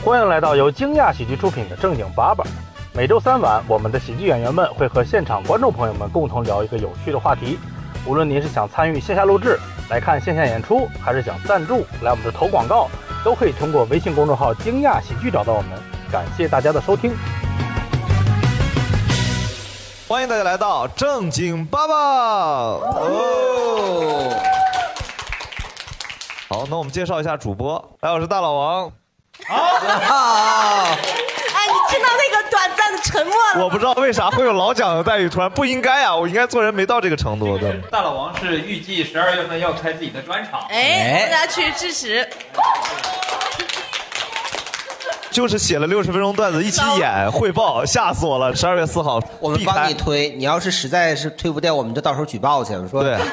欢迎来到由惊讶喜剧出品的正经八百。每周3晚，我们的喜剧演员们会和现场观众朋友们共同聊一个有趣的话题。无论您是想参与线下录制、来看线下演出，还是想赞助来我们这投广告，都可以通过微信公众号“惊讶喜剧”找到我们。感谢大家的收听。 欢迎大家来到正经八百哦。好，那我们介绍一下主播。来，我是大老王。 哎，你听到那个短暂的沉默了？ 我不知道为啥会有老蒋的待遇，突然不应该啊！我应该做人没到这个程度的。 大老王是预计12月份要开自己的专场， 大家去支持。 就是写了60分钟段子一起演汇报，吓死我了！12月4号， 我们帮你推，你要是实在是推不掉，我们就到时候举报去。我说对。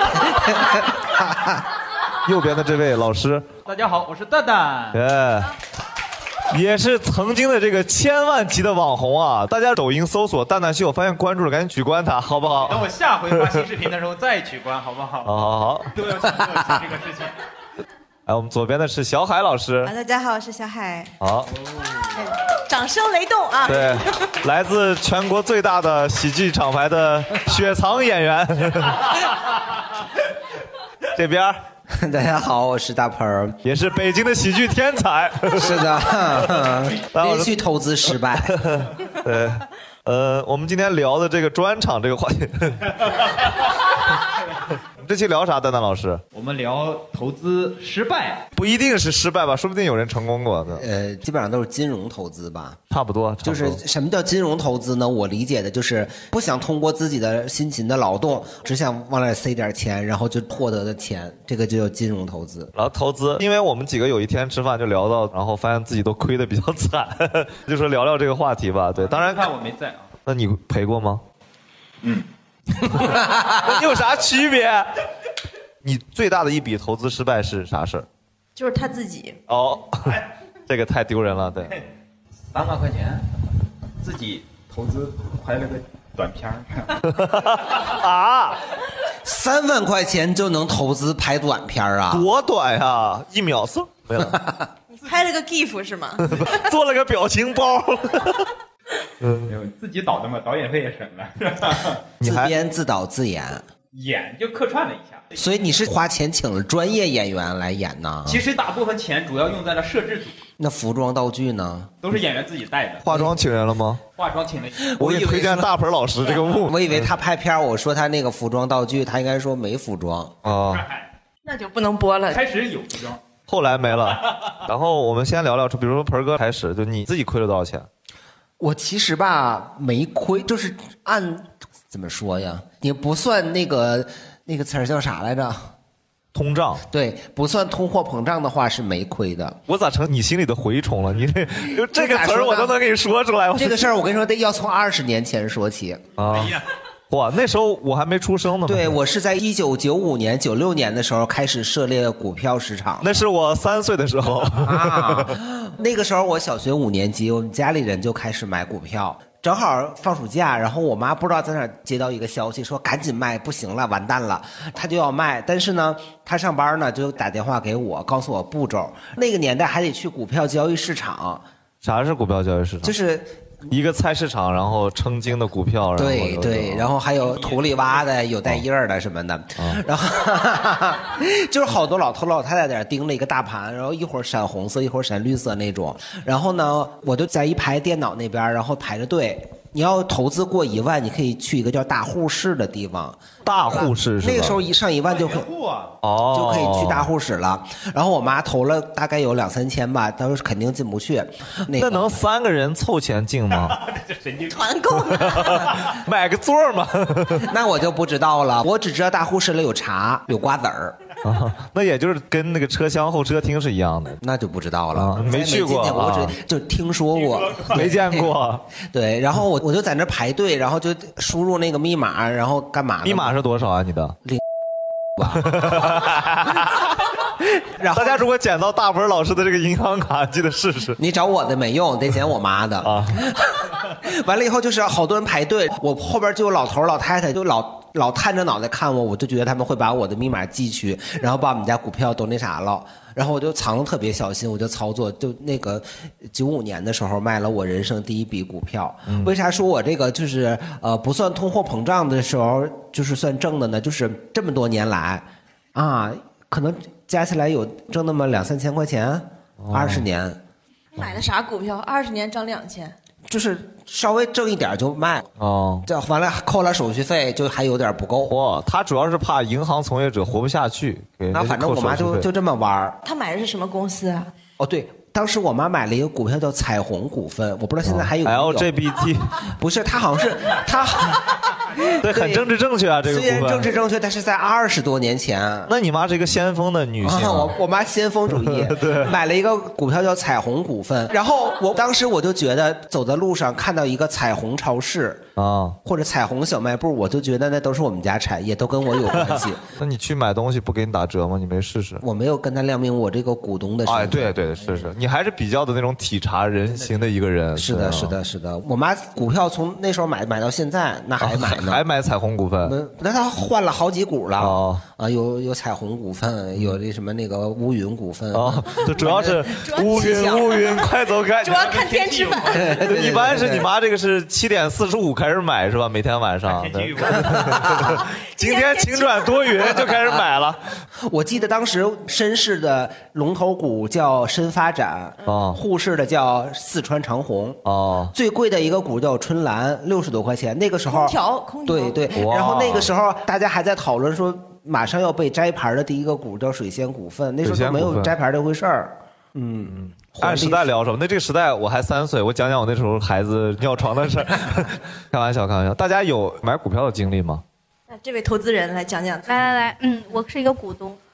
右边的这位老师， 大家好，我是蛋蛋。 也是曾经的这个千万级的网红啊！大家抖音搜索“蛋蛋秀”，发现关注了，赶紧取关他，好不好？ 等我下回发新视频的时候再取关，好不好？ 好， 都要去做这个事情。 哎，我们左边的是小海老师。 大家好，我是小海。 好， 掌声雷动啊！ 对，来自全国最大的喜剧厂牌的雪藏演员。这边。 大家好，我是大鹏儿， 也是北京的喜剧天才。 是的，连续投资失败。 对，我们今天聊的这个专场这个话题。这期聊啥？蛋蛋老师， 我们聊投资失败， 不一定是失败吧，说不定有人成功过的。 基本上都是金融投资吧， 差不多。 就是什么叫金融投资呢？我理解的就是不想通过自己的辛勤的劳动，只想往那塞点钱，然后就获得的钱，这个就叫金融投资。 然后投资，因为我们几个有一天吃饭就聊到，然后发现自己都亏得比较惨，就说聊聊这个话题吧。对，当然看我没在啊。 那你赔过吗？你有啥区别？你最大的一笔投资失败是啥事儿？ 就是他自己。 哦，这个太丢人了，对。 3万块钱，自己投资拍了个短片啊 ！3万块钱就能投资拍短片啊？ 多短呀！1秒嗖没了。 拍了个 GIF 是吗？ 做了个表情包。 自己导的嘛，导演费也省了。 自编自导自演， 演就客串了一下。 所以你是花钱请了专业演员来演呢？ 其实大部分钱主要用在了摄制组。 那服装道具呢？ 都是演员自己带的。 化妆请人了吗？ 化妆请了。 我给你推荐大鹏老师这个物。 我以为他拍片，我说他那个服装道具，他应该说没服装啊。 那就不能播了。 开始有服装， 后来没了。然后我们先聊聊，比如说鹏哥开始，就你自己亏了多少钱？ 我其实吧没亏，就是按怎么说呀？你不算那个词儿叫啥来着？ 通胀。 对，不算通货膨胀的话是没亏的。 我咋成你心里的蛔虫了？你这个词儿我都能给你说出来。 这个事儿我跟你说，得要从20年前说起啊。哇，那时候我还没出生呢。 对，我是在1995年、96年的时候开始涉猎股票市场。 那是我3岁的时候啊。那个时候我小学5年级，我们家里人就开始买股票。正好放暑假，然后我妈不知道在哪儿接到一个消息，说赶紧卖，不行了，完蛋了，她就要卖。但是呢，她上班呢就打电话给我，告诉我步骤。那个年代还得去股票交易市场。 啥是股票交易市场？ 就是一个菜市场，然后称斤的股票， 对，然后还有土里挖的、有带印儿的什么的，然后就是好多老头老太太在那盯着一个大盘，然后一会儿闪红色，一会儿闪绿色那种。然后呢，我就在一排电脑那边，然后排着队。你要投资过1万，你可以去一个叫大户室的地方。 大户室是吧？ 那个时候一上1万就可以就可以去大户室了。然后我妈投了大概有2-3千吧，她说肯定进不去。 那能3个人凑钱进吗？ 团购买个座吗？ 那我就不知道了，我只知道大户室里有茶，有瓜子儿。 那也就是跟那个车厢候车厅是一样的， 那就不知道了， 没去过， 我就听说过， 没见过。 对，然后我就在那排队，然后就输入那个密码，然后干嘛？ 密码是多少啊？你的 0吧。然后大家如果捡到大鹏老师的这个银行卡，记得试试。 你找我的没用，得捡我妈的啊。完了以后就是好多人排队，我后边就有老头老太太，就老老探着脑袋看我，我就觉得他们会把我的密码记去，然后把我们家股票都那啥了。然后我就藏得特别小心，我就操作，就那个95年的时候卖了我人生第一笔股票。为啥说我这个就是不算通货膨胀的时候就是算挣的呢？就是这么多年来，啊，可能加起来有挣那么2-3千块钱，20年。 买的啥股票？20年挣2000。 就是稍微挣一点就卖这完了扣了手续费就还有点不够。 哇，他主要是怕银行从业者活不下去。 那反正我妈就这么玩。 他买的是什么公司啊？ 哦，对，当时我妈买了一个股票叫彩虹股份，我不知道现在还有没有。 LGBT 不是，他好像是他。 对，很政治正确啊，这个股份。 虽然政治正确，但是在20多年前。 那你妈是一个先锋的女性。 我妈先锋主义，对，买了一个股票叫彩虹股份，然后当时我就觉得走在路上看到一个彩虹超市或者彩虹小卖部，我就觉得那都是我们家产业，都跟我有关系。 那你去买东西不给你打折吗？你没试试？ 我没有跟他亮明我这个股东的身份。 哎，对，是，你还是比较的那种体察人心的一个人。 是的，我妈股票从那时候买到现在，那还买呢， 还买彩虹股份。 那他换了好几股了有彩虹股份，有那什么那个乌云股份这主要是乌云快走开， 主要看天吃饭。 一般是你妈这个是7点45开始买是吧？每天晚上。今天晴转多云就开始买了。 我记得当时深市的龙头股叫深发展，沪市的叫四川长虹，最贵的一个股叫春兰，60多块钱。那个时候空调对，然后那个时候大家还在讨论说马上要被摘牌的第一个股叫水仙股份，那时候都没有摘牌这回事儿。 按时代聊什么？那这个时代我还3岁，我讲讲我那时候孩子尿床的事儿。开玩笑。大家有买股票的经历吗？ 那这位投资人来讲讲。 来，我是一个股东。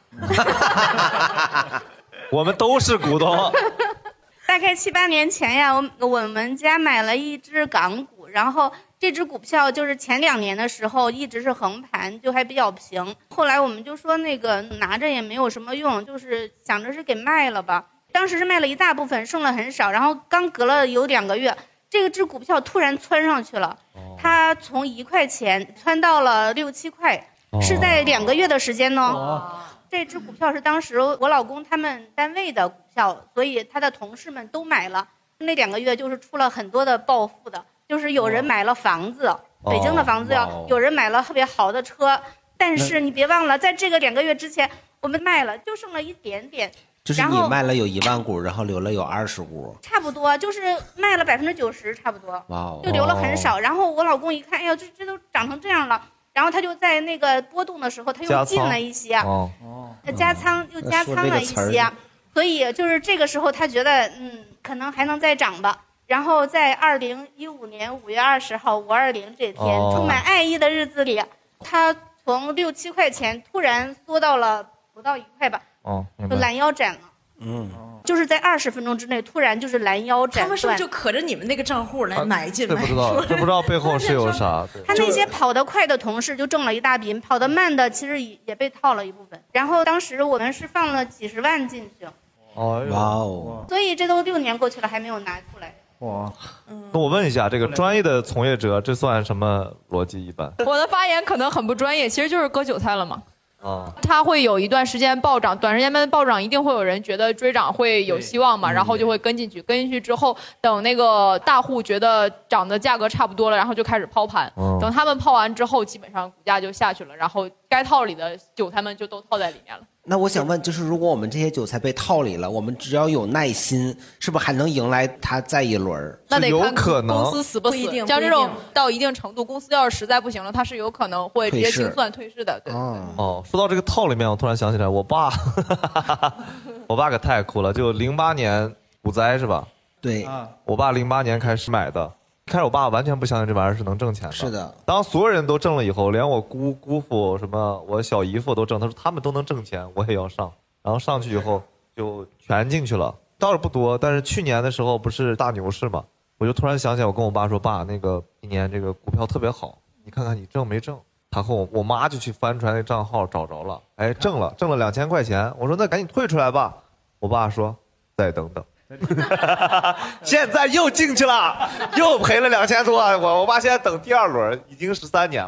我们都是股东。 大概7、8年前呀，我们家买了一只港股，然后这只股票就是前2年的时候一直是横盘，就还比较平。后来我们就说那个拿着也没有什么用，就是想着是给卖了吧。当时是卖了一大部分，剩了很少。然后刚隔了有2个月，这只股票突然窜上去了，它从1块钱窜到了6、7块，是在2个月的时间呢。这只股票是当时我老公他们单位的股票，所以他的同事们都买了。那2个月就是出了很多的暴富的，就是有人买了房子，北京的房子有人买了特别好的车。但是你别忘了，在这个2个月之前，我们卖了就剩了一点点。 就是你卖了有1万股，然后留了有20股， 差不多，就是卖了90%，差不多，就留了很少。然后我老公一看，哎呀，这都涨成这样了，然后他就在那个波动的时候，他又进了一些，他加仓了一些，所以就是这个时候他觉得，可能还能再涨吧。然后在2015年5月20号520这天，充满爱意的日子里，他从6、7块钱突然缩到了不到1块吧。就拦腰斩了，就是在20分钟之内突然就是拦腰斩断。 他们是不是就可着你们那个账户来买进？ 这不知道背后是有啥。 他那些跑得快的同事就挣了一大笔，跑得慢的其实也被套了一部分。然后当时我们是放了几十万进去，所以这都6年过去了还没有拿出来。 那我问一下，这个专业的从业者，这算什么逻辑？一般我的发言可能很不专业，其实就是割韭菜了嘛。它会有一段时间暴涨，短时间的暴涨，一定会有人觉得追涨会有希望嘛，然后就会跟进去之后，等那个大户觉得涨的价格差不多了，然后就开始抛盘，等他们抛完之后，基本上股价就下去了，然后该套里的韭菜们就都套在里面了。 那我想问，就是如果我们这些韭菜被套里了，我们只要有耐心，是不是还能迎来它再一轮？ 那得看公司死不死。像这种到一定程度，公司要是实在不行了，它是有可能会直接清算退市的。对。 说到这个套里面，我突然想起来，我爸可太酷了，就08年股灾是吧？ 对。 我爸08年开始买的。开始我爸完全不相信这玩意儿是能挣钱的。 是的。 当所有人都挣了以后，连我姑父什么我小姨夫都挣，他说他们都能挣钱，我也要上。然后上去以后就全进去了，倒是不多，但是去年的时候不是大牛市嘛，我就突然想起来，我跟我爸说，爸，那个今年这个股票特别好，你看看你挣没挣？他和我妈就去翻出来那账号找着了，哎，挣了2000块钱。我说那赶紧退出来吧。我爸说再等等。现在又进去了，又赔了2000多。我爸现在等第2轮，已经13年了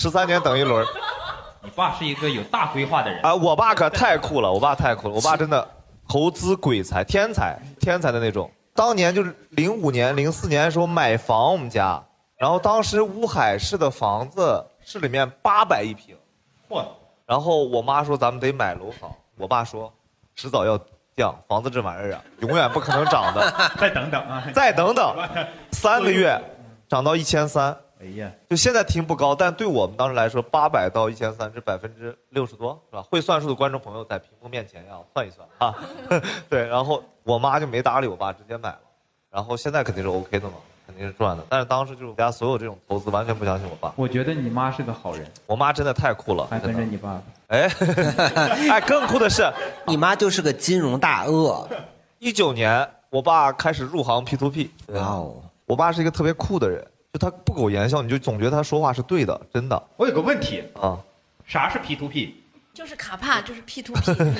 13年等一轮。 你爸是一个有大规划的人啊！我爸可太酷了，我爸太酷了，我爸真的投资鬼才，天才的那种。当年就是05年、04年的时候买房，我们家，然后当时乌海市的房子市里面800一平， 嚯！ 然后我妈说咱们得买楼房，我爸说迟早要降，房子这玩意儿啊，永远不可能涨的。 再等等啊， 再等等，3个月涨到1300。 哎呀， 就现在听不高，但对我们当时来说，800到1300，这60%多，是吧？会算数的观众朋友在屏幕面前要算一算啊。对，然后我妈就没搭理我爸，直接买了。然后现在肯定是 OK 的嘛，肯定是赚的。但是当时就是家所有这种投资完全不相信我爸。 我觉得你妈是个好人， 我妈真的太酷了， 还跟着你爸爸。 哎，哎，更酷的是， 你妈就是个金融大鳄。 19年，我爸开始入行 P2P。哇哦，我爸是一个特别酷的人。就他不苟言笑，你就总觉得他说话是对的，真的。 我有个问题啊， 啥是 P2P？ 就是卡帕，就是 P2P。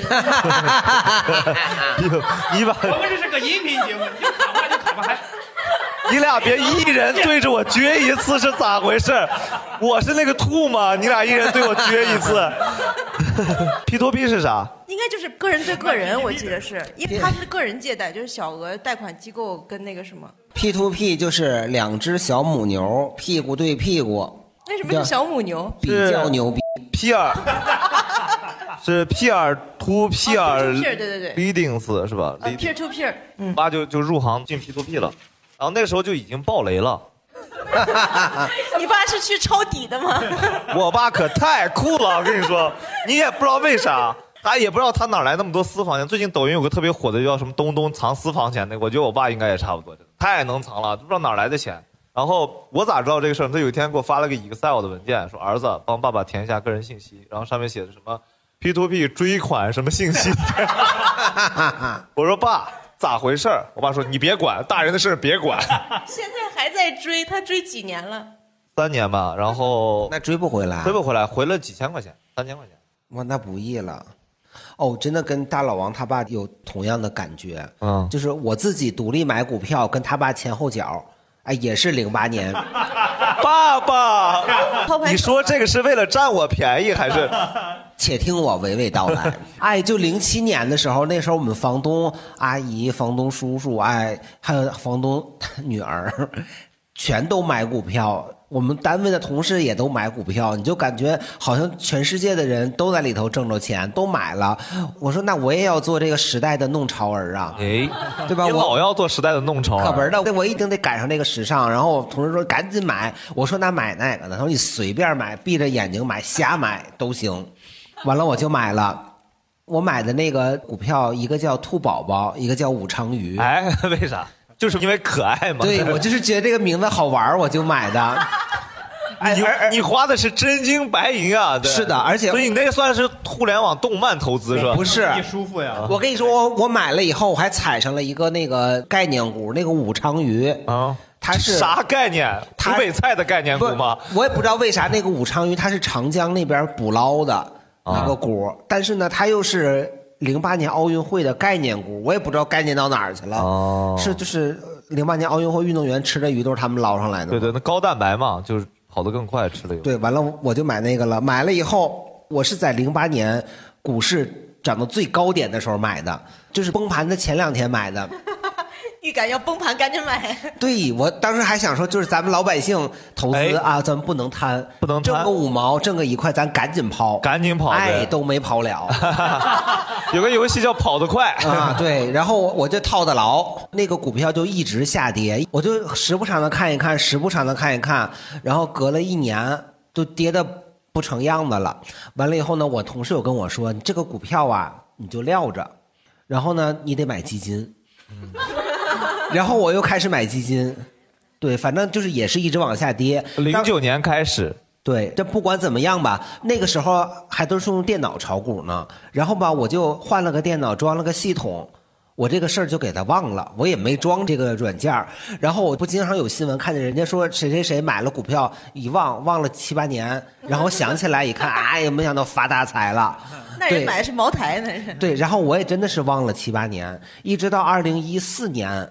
你把我们这是个音频节目，你就卡帕就卡帕，还你俩别一人对着我撅一次是咋回事？我是那个兔吗？你俩一人对我撅一次。P2P 是啥？ 应该就是个人对个人，我记得是，因为它是个人借贷，就是小额贷款机构跟那个什么。 P2P 就是2只小母牛屁股对屁股。 为什么是小母牛？ 比较牛逼。 P2 是 Peer to Peer， 对对对 ，Leadings 是吧 ？Peer to Peer， 爸就入行进 P2P 了，然后那个时候就已经爆雷了。 你爸是去抄底的吗？ 我爸可太酷了，我跟你说，你也不知道为啥，他也不知道他哪来那么多私房钱。最近抖音有个特别火的叫什么东东藏私房钱的，我觉得我爸应该也差不多，太能藏了，不知道哪来的钱。然后我咋知道这个事儿？他有一天给我发了个 Excel 的文件，说儿子帮爸爸填一下个人信息，然后上面写的什么 P2P 追款什么信息。我说爸，咋回事？我爸说你别管，大人的事别管。 现在还在追，他追几年了 ？3年吧，然后那追不回来， 回了几千块钱，3000块钱。 哇，那不易了。哦，真的跟大老王他爸有同样的感觉。就是我自己独立买股票，跟他爸前后脚。哎，也是08年。 爸爸，你说这个是为了占我便宜还是？ 且听我娓娓道来。哎，就07年的时候，那时候我们房东阿姨、房东叔叔，哎，还有房东女儿，全都买股票。我们单位的同事也都买股票，你就感觉好像全世界的人都在里头挣着钱，都买了。我说那我也要做这个时代的弄潮儿啊， 哎， 对吧？ 我老要做时代的弄潮儿， 可不是的，我一定得赶上这个时尚。然后我同事说赶紧买，我说那买哪个呢？他说你随便买，闭着眼睛买，瞎买都行。完了我就买了。我买的那个股票，一个叫兔宝宝，一个叫武昌鱼。 哎，为啥？就是因为可爱嘛。 对，我就是觉得这个名字好玩，我就买的。 你花的是真金白银啊！ 是的，而且所以你那个算是互联网动漫投资是吧？ 不是， 也舒服呀。 我跟你说，我买了以后，我还踩上了一个那个概念股，那个武昌鱼啊， 它是啥概念？湖北菜的概念股吗？ 我也不知道为啥那个武昌鱼它是长江那边捕捞的那个股，但是呢，它又是08年奥运会的概念股，我也不知道概念到哪儿去了。哦，是就是08年奥运会运动员吃的鱼都是他们捞上来的。 对对，那高蛋白嘛，就是跑得更快，吃的有。 对，完了我就买那个了。买了以后，我是在08年股市涨到最高点的时候买的，就是崩盘的前2天买的。 预感要崩盘，赶紧买。 对，我当时还想说，就是咱们老百姓投资啊，咱们不能贪， 不能贪， 挣个5毛，挣个1块，咱赶紧抛， 赶紧跑。 哎，都没跑了。 有个游戏叫跑得快啊，对，然后我就套的牢，那个股票就一直下跌，我就时不常的看一看，时不常的看一看，然后隔了1年就跌的不成样子了。完了以后呢，我同事有跟我说，你这个股票啊，你就撂着，然后呢，你得买基金。然后我又开始买基金，对，反正就是也是一直往下跌。 09年开始， 对，这不管怎么样吧，那个时候还都是用电脑炒股呢。然后吧，我就换了个电脑，装了个系统，我这个事儿就给他忘了，我也没装这个软件。然后我不经常有新闻看见人家说谁谁谁买了股票，一忘了7、8年，然后想起来一看，哎呀，没想到发大财了。 那人买的是茅台呢。 对，然后我也真的是忘了7、8年，一直到2014年。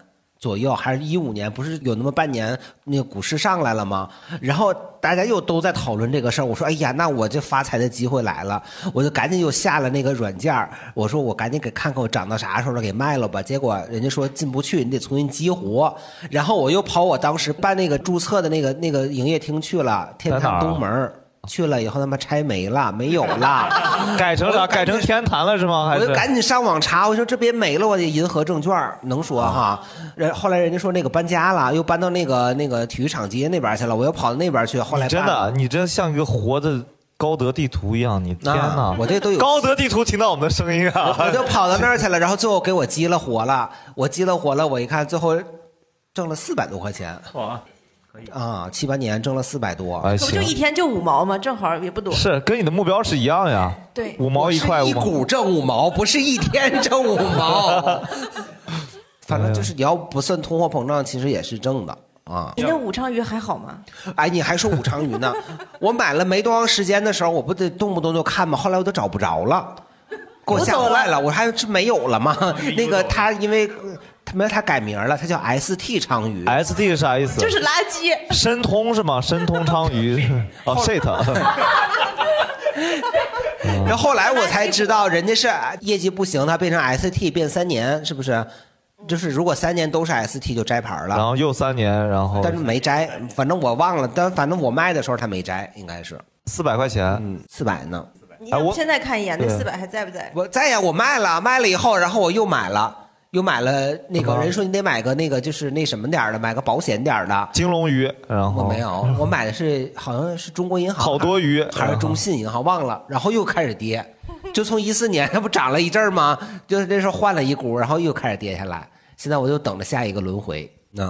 左右，还是15年，不是有那么半年那个股市上来了吗？然后大家又都在讨论这个事儿，我说哎呀，那我这发财的机会来了，我就赶紧又下了那个软件，我说我赶紧给看看我涨到啥时候了，给卖了吧。结果人家说进不去，你得重新激活。然后我又跑我当时办那个注册的那个营业厅去了，天坛东门。去了以后他妈拆没了，没有了， 改成啥？改成天坛了是吗？还是我就赶紧上网查，我说这别没了，我得银河证券能说哈。后来人家说那个搬家了，又搬到那个体育场街那边去了，我又跑到那边去。后来真的，你真像一个活的高德地图一样，你天哪！ 我这都有高德地图听到我们的声音啊！ 我就跑到那儿去了，然后最后给我激了活了，我一看最后挣了400多块钱。 哇！可以啊，7、8年挣了400多， 可不就一天就5毛吗？正好也不多。 是跟你的目标是一样呀。 对 ，5毛1块， 一股挣5毛，不是一天挣5毛。反正就是你要不算通货膨胀，其实也是挣的啊。 你那武昌鱼还好吗？ 哎，你还说武昌鱼呢？我买了没多长时间的时候，我不得动不动就看吗？后来我都找不着了，给我吓坏了。我还是没有了吗？那个他因为。他改名了，他叫 ST 鲳鱼。 ST 是啥意思？ 就是垃圾。 申通是吗？申通鲳鱼。哦 ，shit。 然后后来我才知道，人家是业绩不行，他变成 ST 变3年，是不是？就是如果3年都是 ST 就摘牌了。 然后又3年，然后。 但是没摘，反正我忘了，但反正我卖的时候他没摘，应该是 400块钱。 嗯，400呢。 你要不现在看一眼，那400还在不在？ 我在呀，我卖了以后，然后我又买了那个人说你得买个那个就是那什么点的，买个保险点的金龙鱼，然后我没有，我买的是好像是中国银行好多鱼还是中信银行忘了，然后又开始跌，就从14年它不涨了一阵吗？就是那时候换了一股，然后又开始跌下来，现在我就等着下一个轮回。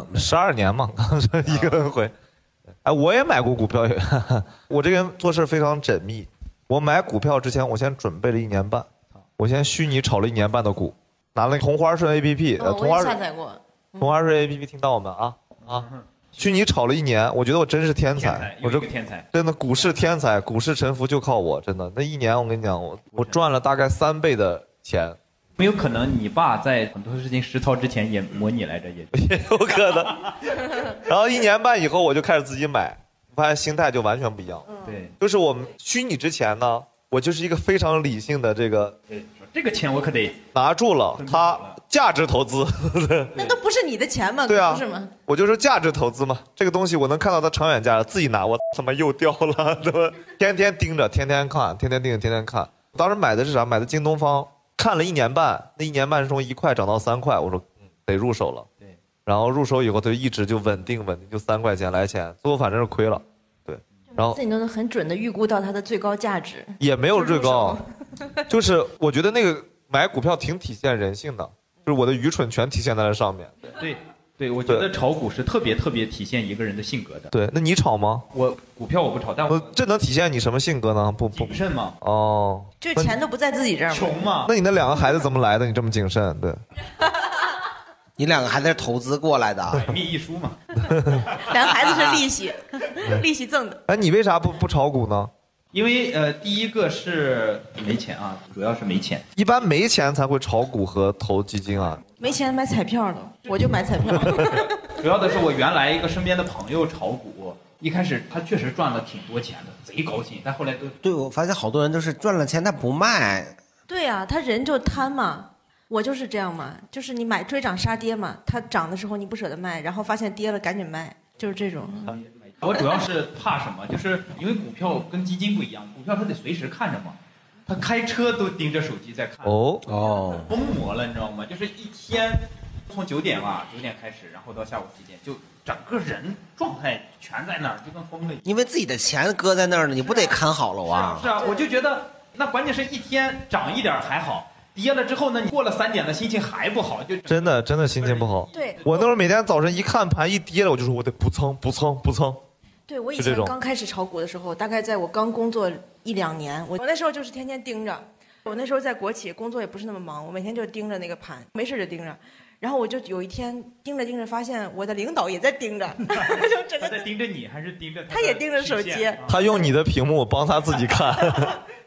12年嘛，刚说一个轮回。哎，我也买过股票，我这个人做事非常缜密。我买股票之前，我先准备了1年半，我先虚拟炒了1年半的股。拿了同花顺 APP， 我也下载过。 同花顺 APP 听到我们啊，虚拟炒了1年，我觉得我真是天才， 我这个天才， 真的股市天才，股市沉浮就靠我，真的那1年我跟你讲，我赚了大概3倍的钱。 没有可能你爸在很多事情实操之前也模拟来着，也有可能。然后1年半以后我就开始自己买，发现心态就完全不一样。 对， 就是我们虚拟之前呢，我就是一个非常理性的这个。 对。这个钱我可得拿住了，它价值投资。 那都不是你的钱吗？ 对啊， 不是吗？ 我就说价值投资嘛，这个东西我能看到它长远价值，自己拿我他妈又掉了，对吧？天天盯着，天天看，天天盯着，天天看。当时买的是啥？买的京东方，看了1年半，那1年半是从1块涨到3块，我说得入手了。 对。 然后入手以后，它就一直就稳定，就3块钱来钱，最后反正是亏了。对。然后自己都能很准的预估到它的最高价值。 也没有最高。就是我觉得那个买股票挺体现人性的，就是我的愚蠢全体现在了上面。 对，我觉得炒股是特别体现一个人的性格的。 对，那你炒吗？ 我股票我不炒，但这能体现你什么性格呢？不谨慎嘛。 哦， 就钱都不在自己这儿吗？ 穷嘛。 那你那2个孩子怎么来的？你这么谨慎？对。 你2个孩子是投资过来的， 密一书嘛。 2个孩子是利息，利息挣的。 哎，你为啥不炒股呢？ 因为第一个是没钱啊，主要是没钱。 一般没钱才会炒股和投基金啊。 没钱买彩票的，我就买彩票。 主要的是我原来一个身边的朋友炒股，一开始他确实赚了挺多钱的，贼高兴，但后来都对，我发现好多人都是赚了钱他不卖。 对呀，他人就贪嘛。我就是这样嘛，就是你追涨杀跌嘛，它涨的时候你不舍得卖，然后发现跌了赶紧卖，就是这种。 我主要是怕什么？就是因为股票跟基金不一样，股票它得随时看着嘛，他开车都盯着手机在看。疯魔了，你知道吗？就是一天从9点开始，然后到下午7点，就整个人状态全在那儿，就跟疯了一样。 因为自己的钱搁在那儿呢，你不得看好了啊？ 是啊，我就觉得那关键是一天涨一点还好。跌了之后呢，你过了3点的心情还不好，就真的心情不好。 对， 我那时候每天早晨一看盘一跌了，我就说我得补仓。 对，我以前刚开始炒股的时候，大概在我刚工作1、2年，我那时候就是天天盯着。我那时候在国企工作也不是那么忙，我每天就盯着那个盘，没事就盯着。然后我就有一天盯着，发现我的领导也在盯着，就整个他在盯着你，还是盯着他也盯着手机， 他用你的屏幕帮他自己看。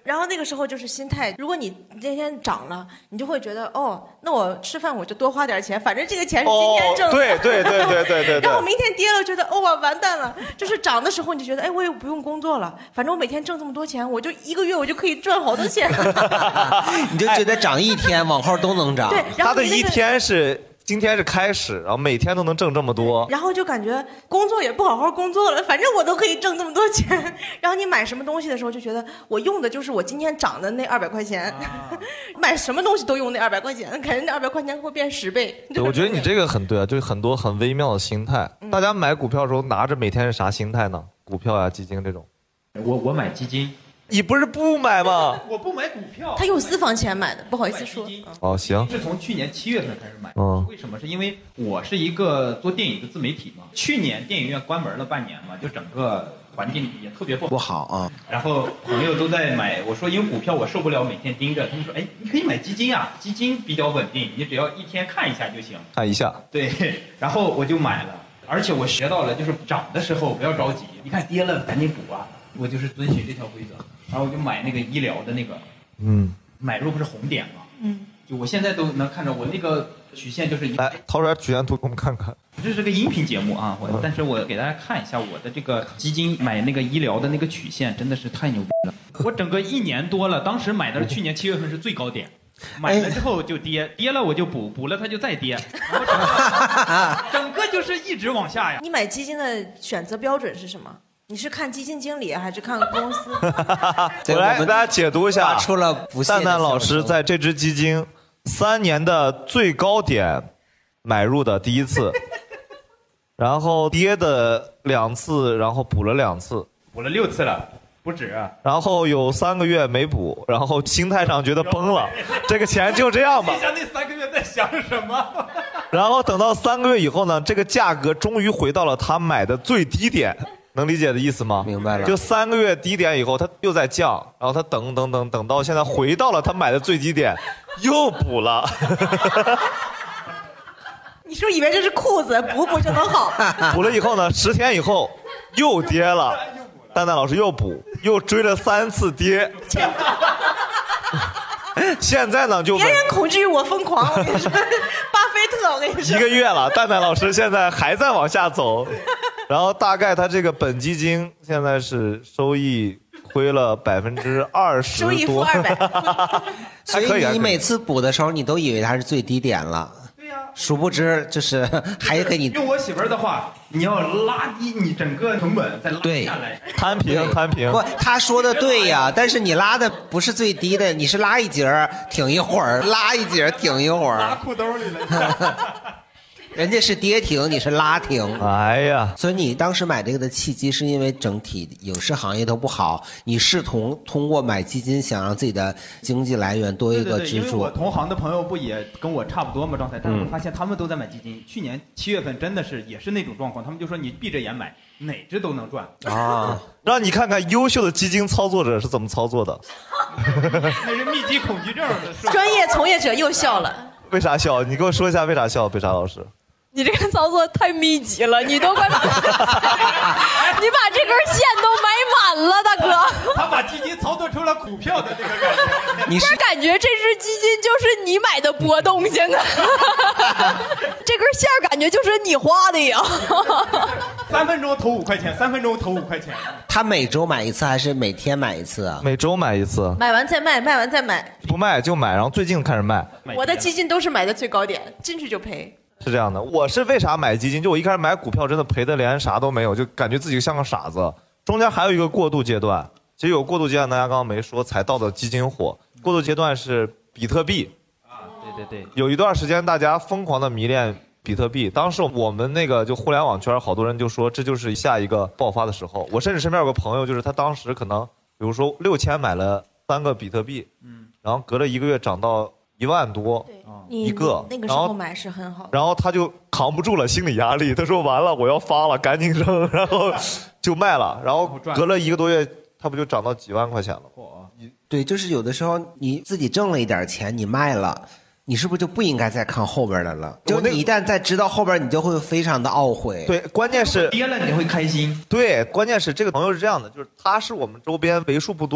然后那个时候就是心态，如果你今天涨了，你就会觉得哦，那我吃饭我就多花点钱，反正这个钱是今天挣的。 对。 然后明天跌了，觉得哦完蛋了。就是涨的时候你就觉得哎，我也不用工作了，反正我每天挣这么多钱，我就1个月我就可以赚好多钱。 你就觉得涨一天往后都能涨。 对， 他的一天是。今天是开始，然后每天都能挣这么多， 然后就感觉工作也不好好工作了，反正我都可以挣这么多钱。然后你买什么东西的时候就觉得我用的就是我今天涨的那200块钱，买什么东西都用那200块钱，感觉那200块钱会变10倍。 对，我觉得你这个很对啊，就是很多很微妙的心态。大家买股票的时候拿着每天是啥心态呢？股票啊、基金这种。 我买基金。 你不是不买吗？ 我不买股票， 他用私房钱买的，不好意思说。 哦，行。 是从去年7月份开始买。为什么？是因为我是一个做电影的自媒体嘛。去年电影院关门了半年嘛，就整个环境也特别不好啊。 然后朋友都在买，我说因为股票我受不了每天盯着，他们说哎，你可以买基金啊，基金比较稳定，你只要一天看一下就行。 看一下。 对，然后我就买了，而且我学到了，就是涨的时候不要着急，你看跌了赶紧补啊，我就是遵循这条规则。然后我就买那个医疗的那个，买入不是红点吗？就我现在都能看着我那个曲线，就是来掏出来曲线图给我们看看。 这是个音频节目啊，但是我给大家看一下我的这个基金买那个医疗的那个曲线，真的是太牛逼了。我整个1年多了，当时买的是去年7月份是最高点，买了之后就跌，跌了我就补，补了它就再跌，然后整个就是一直往下呀。 你买基金的选择标准是什么？你是看基金经理还是看公司？ 我来给大家解读一下， 出了蛋蛋老师在这只基金3年的最高点买入的第1次，然后跌的2次，然后补了2次， 补了6次了，不止。 然后有3个月没补，然后心态上觉得崩了，这个钱就这样吧。 你想那3个月在想什么？ 然后等到3个月以后呢，这个价格终于回到了他买的最低点。能理解的意思吗？ 明白了。 就3个月低点以后，它又在降，然后它等到现在回到了他买的最低点，又补了。 你是不是以为这是裤子，补就能好？ 补了以后呢，10天以后又跌了，蛋蛋老师又补，又追了3次跌。现在呢就别人恐惧我疯狂，我跟你说，巴菲特，我跟你说， 1个月了，蛋蛋老师现在还在往下走。然后大概他这个本基金现在是收益亏了20%， 收益负200。 所以你每次补的时候，你都以为它是最低点了。 对呀。 殊不知就是还给你。 用我媳妇儿的话，你要拉低你整个成本，再拉下来， 摊平。 不，他说的对呀，但是你拉的不是最低的，你是拉一节挺一会儿，拉一节挺一会儿， 拉裤兜里了。 人家是跌停，你是拉停。 哎呀， 所以你当时买这个的契机是因为整体影视行业都不好，你是通过买基金想让自己的经济来源多一个支柱。 因为我同行的朋友不也跟我差不多嘛状态，但是我发现他们都在买基金。去年7月份真的是也是那种状况，他们就说你闭着眼买，哪只都能赚啊！让你看看优秀的基金操作者是怎么操作的。 那是密集恐惧症的。 专业从业者又笑了。 为啥笑？你给我说一下为啥笑，贝莎老师。 你这个操作太密集了，你都快把，你把这根线都买满了，大哥。 他把基金操作出了股票的这个感觉。 你是感觉这只基金就是你买的波动性啊？这根线感觉就是你花的呀。 3分钟投5块钱，3分钟投5块钱。 他每周买一次还是每天买一次啊？ 每周买一次。 买完再卖，卖完再买。 不卖就买，然后最近开始卖。 我的基金都是买的最高点，进去就赔。 是这样的，我是为啥买基金？就我一开始买股票，真的赔的连啥都没有，就感觉自己像个傻子。中间还有一个过渡阶段，其实有过渡阶段，大家刚刚没说，才到的基金火。过渡阶段是比特币啊，对， 有一段时间大家疯狂的迷恋比特币，当时我们那个就互联网圈好多人就说这就是下一个爆发的时候。我甚至身边有个朋友，就是他当时可能比如说6000买了3个比特币，然后隔了1个月涨到1万多。一个， 那个时候买是很好， 然后他就扛不住了心理压力，他说完了我要发了，赶紧扔，然后就卖了，然后隔了1个多月，他不就涨到几万块钱了？ 对，就是有的时候你自己挣了一点钱，你卖了，你是不是就不应该再看后边的了？就你一旦再知道后边，你就会非常的懊悔。 对，关键是跌了你会开心。 对，关键是这个朋友是这样的，就是他是我们周边为数不多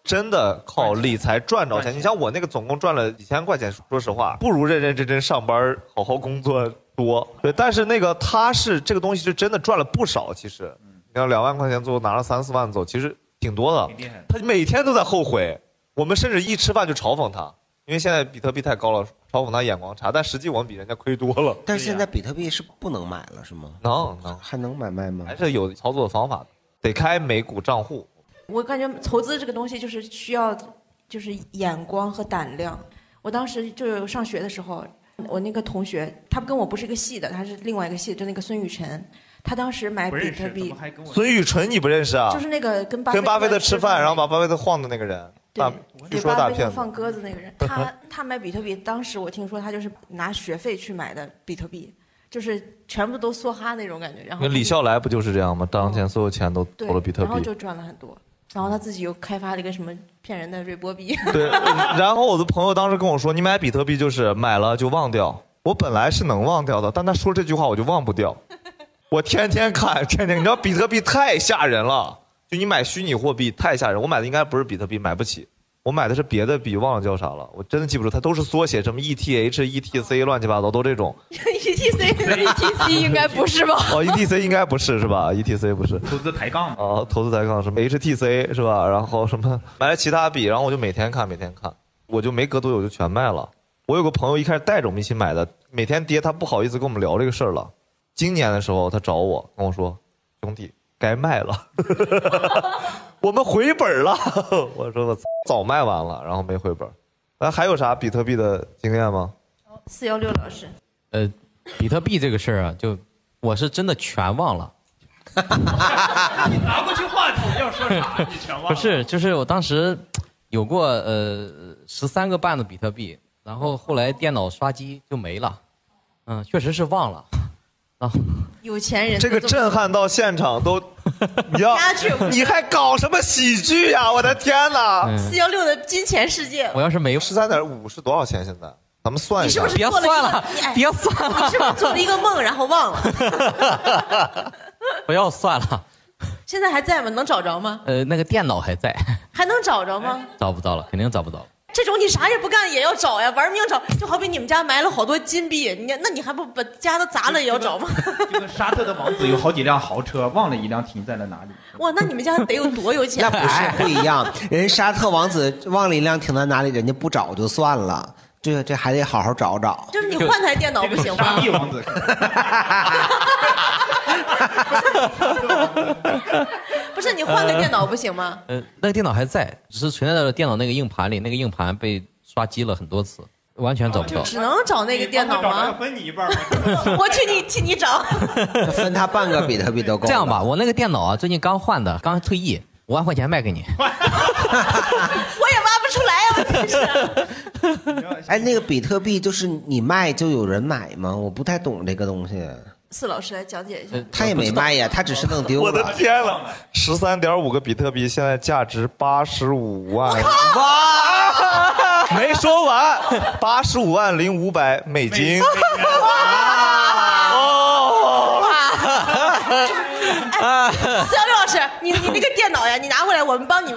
真的靠理财赚着钱。你像我那个总共赚了几千块钱，说实话，不如认认真真上班好好工作多。对，但是那个他是这个东西是真的赚了不少，其实你要2万块钱最后拿了3、4万走，其实挺多的。他每天都在后悔，我们甚至一吃饭就嘲讽他，因为现在比特币太高了，嘲讽他眼光差，但实际我们比人家亏多了。 但是现在比特币是不能买了是吗？ 能， 还能买卖吗？ 还是有操作的方法的，得开美股账户。 我感觉投资这个东西就是需要就是眼光和胆量。我当时就上学的时候，我那个同学他跟我不是一个系的，他是另外一个系的，就那个孙雨晨，他当时买比特币。 孙雨晨你不认识啊？ 就是那个跟巴菲特吃饭，然后把巴菲特晃的那个人。 对， 据说大骗子放鸽子那个人，他买比特币，当时我听说他就是拿学费去买的比特币，就是全部都梭哈那种感觉。然后李笑来不就是这样吗？当前所有钱都投了比特币， 然后就赚了很多。然后他自己又开发了一个什么骗人的瑞波币。 对，然后我的朋友当时跟我说，你买比特币就是买了就忘掉。我本来是能忘掉的，但他说这句话我就忘不掉。我天天看，天天，你知道比特币太吓人了，就你买虚拟货币太吓人。我买的应该不是比特币，买不起。我买的是别的币，忘了叫啥了，我真的记不住，它都是缩写，什么 ETH、ETC 乱七八糟都这种。 ETC 应该不是吧？ 哦 ，ETC 应该不是是吧 ？ETC 不是。 投资抬杠。 哦，投资抬杠什么 HTC 是吧？然后什么买了其他币，然后我就每天看，我就没隔多久就全卖了。我有个朋友一开始带着我们一起买的，每天跌，他不好意思跟我们聊这个事儿了。今年的时候他找我跟我说，兄弟该卖了。我们回本了，我说我早卖完了，然后没回本。还有啥比特币的经验吗 ？416老师， 比特币这个事儿啊，就我是真的全忘了。 你拿过去话筒要说啥？你全忘了？ 不是，就是我当时有过13个半的比特币，然后后来电脑刷机就没了，确实是忘了。啊， 有钱人这个震撼到现场都，你还搞什么喜剧呀？我的天哪 ！416的金钱世界。 我要是没 13.5是多少钱？现在咱们算一下。 你是不是别算了？别算了！ 你是不是做了一个梦然后忘了？ 不要算了。 现在还在吗？能找着吗？ 那个电脑还在。 还能找着吗？ 找不到了，肯定找不到了。 这种你啥也不干也要找呀，玩命找，就好比你们家埋了好多金币，那你还不把家都砸了也要找吗？ 这个沙特的王子有好几辆豪车，忘了一辆停在了哪里。 哇，那你们家得有多有钱？ 那不是不一样，人沙特王子忘了一辆停在哪里，人家不找就算了，这还得好好找找。 就是你换台电脑不行吗？ 沙地王子。 不是你换个电脑不行吗？ 那个电脑还在，只是存在了电脑那个硬盘里，那个硬盘被刷机了很多次，完全找不到。 只能找那个电脑吗？ 分你一半。 我替你找。 分他半个比特币都够。 这样吧，我那个电脑啊，最近刚换的，刚退役，5万块钱卖给你。 我也挖不出来啊，问题是。 哎，那个比特币就是你卖就有人买吗？我不太懂这个东西。 4老师来讲解一下。 他也没卖呀，他只是弄丢了。 我的天了，13.5个比特币现在价值85万。 哇！ 没说完，85万0500美金。 哎，416老师，你那个电脑呀，你拿过来，我们帮你挖。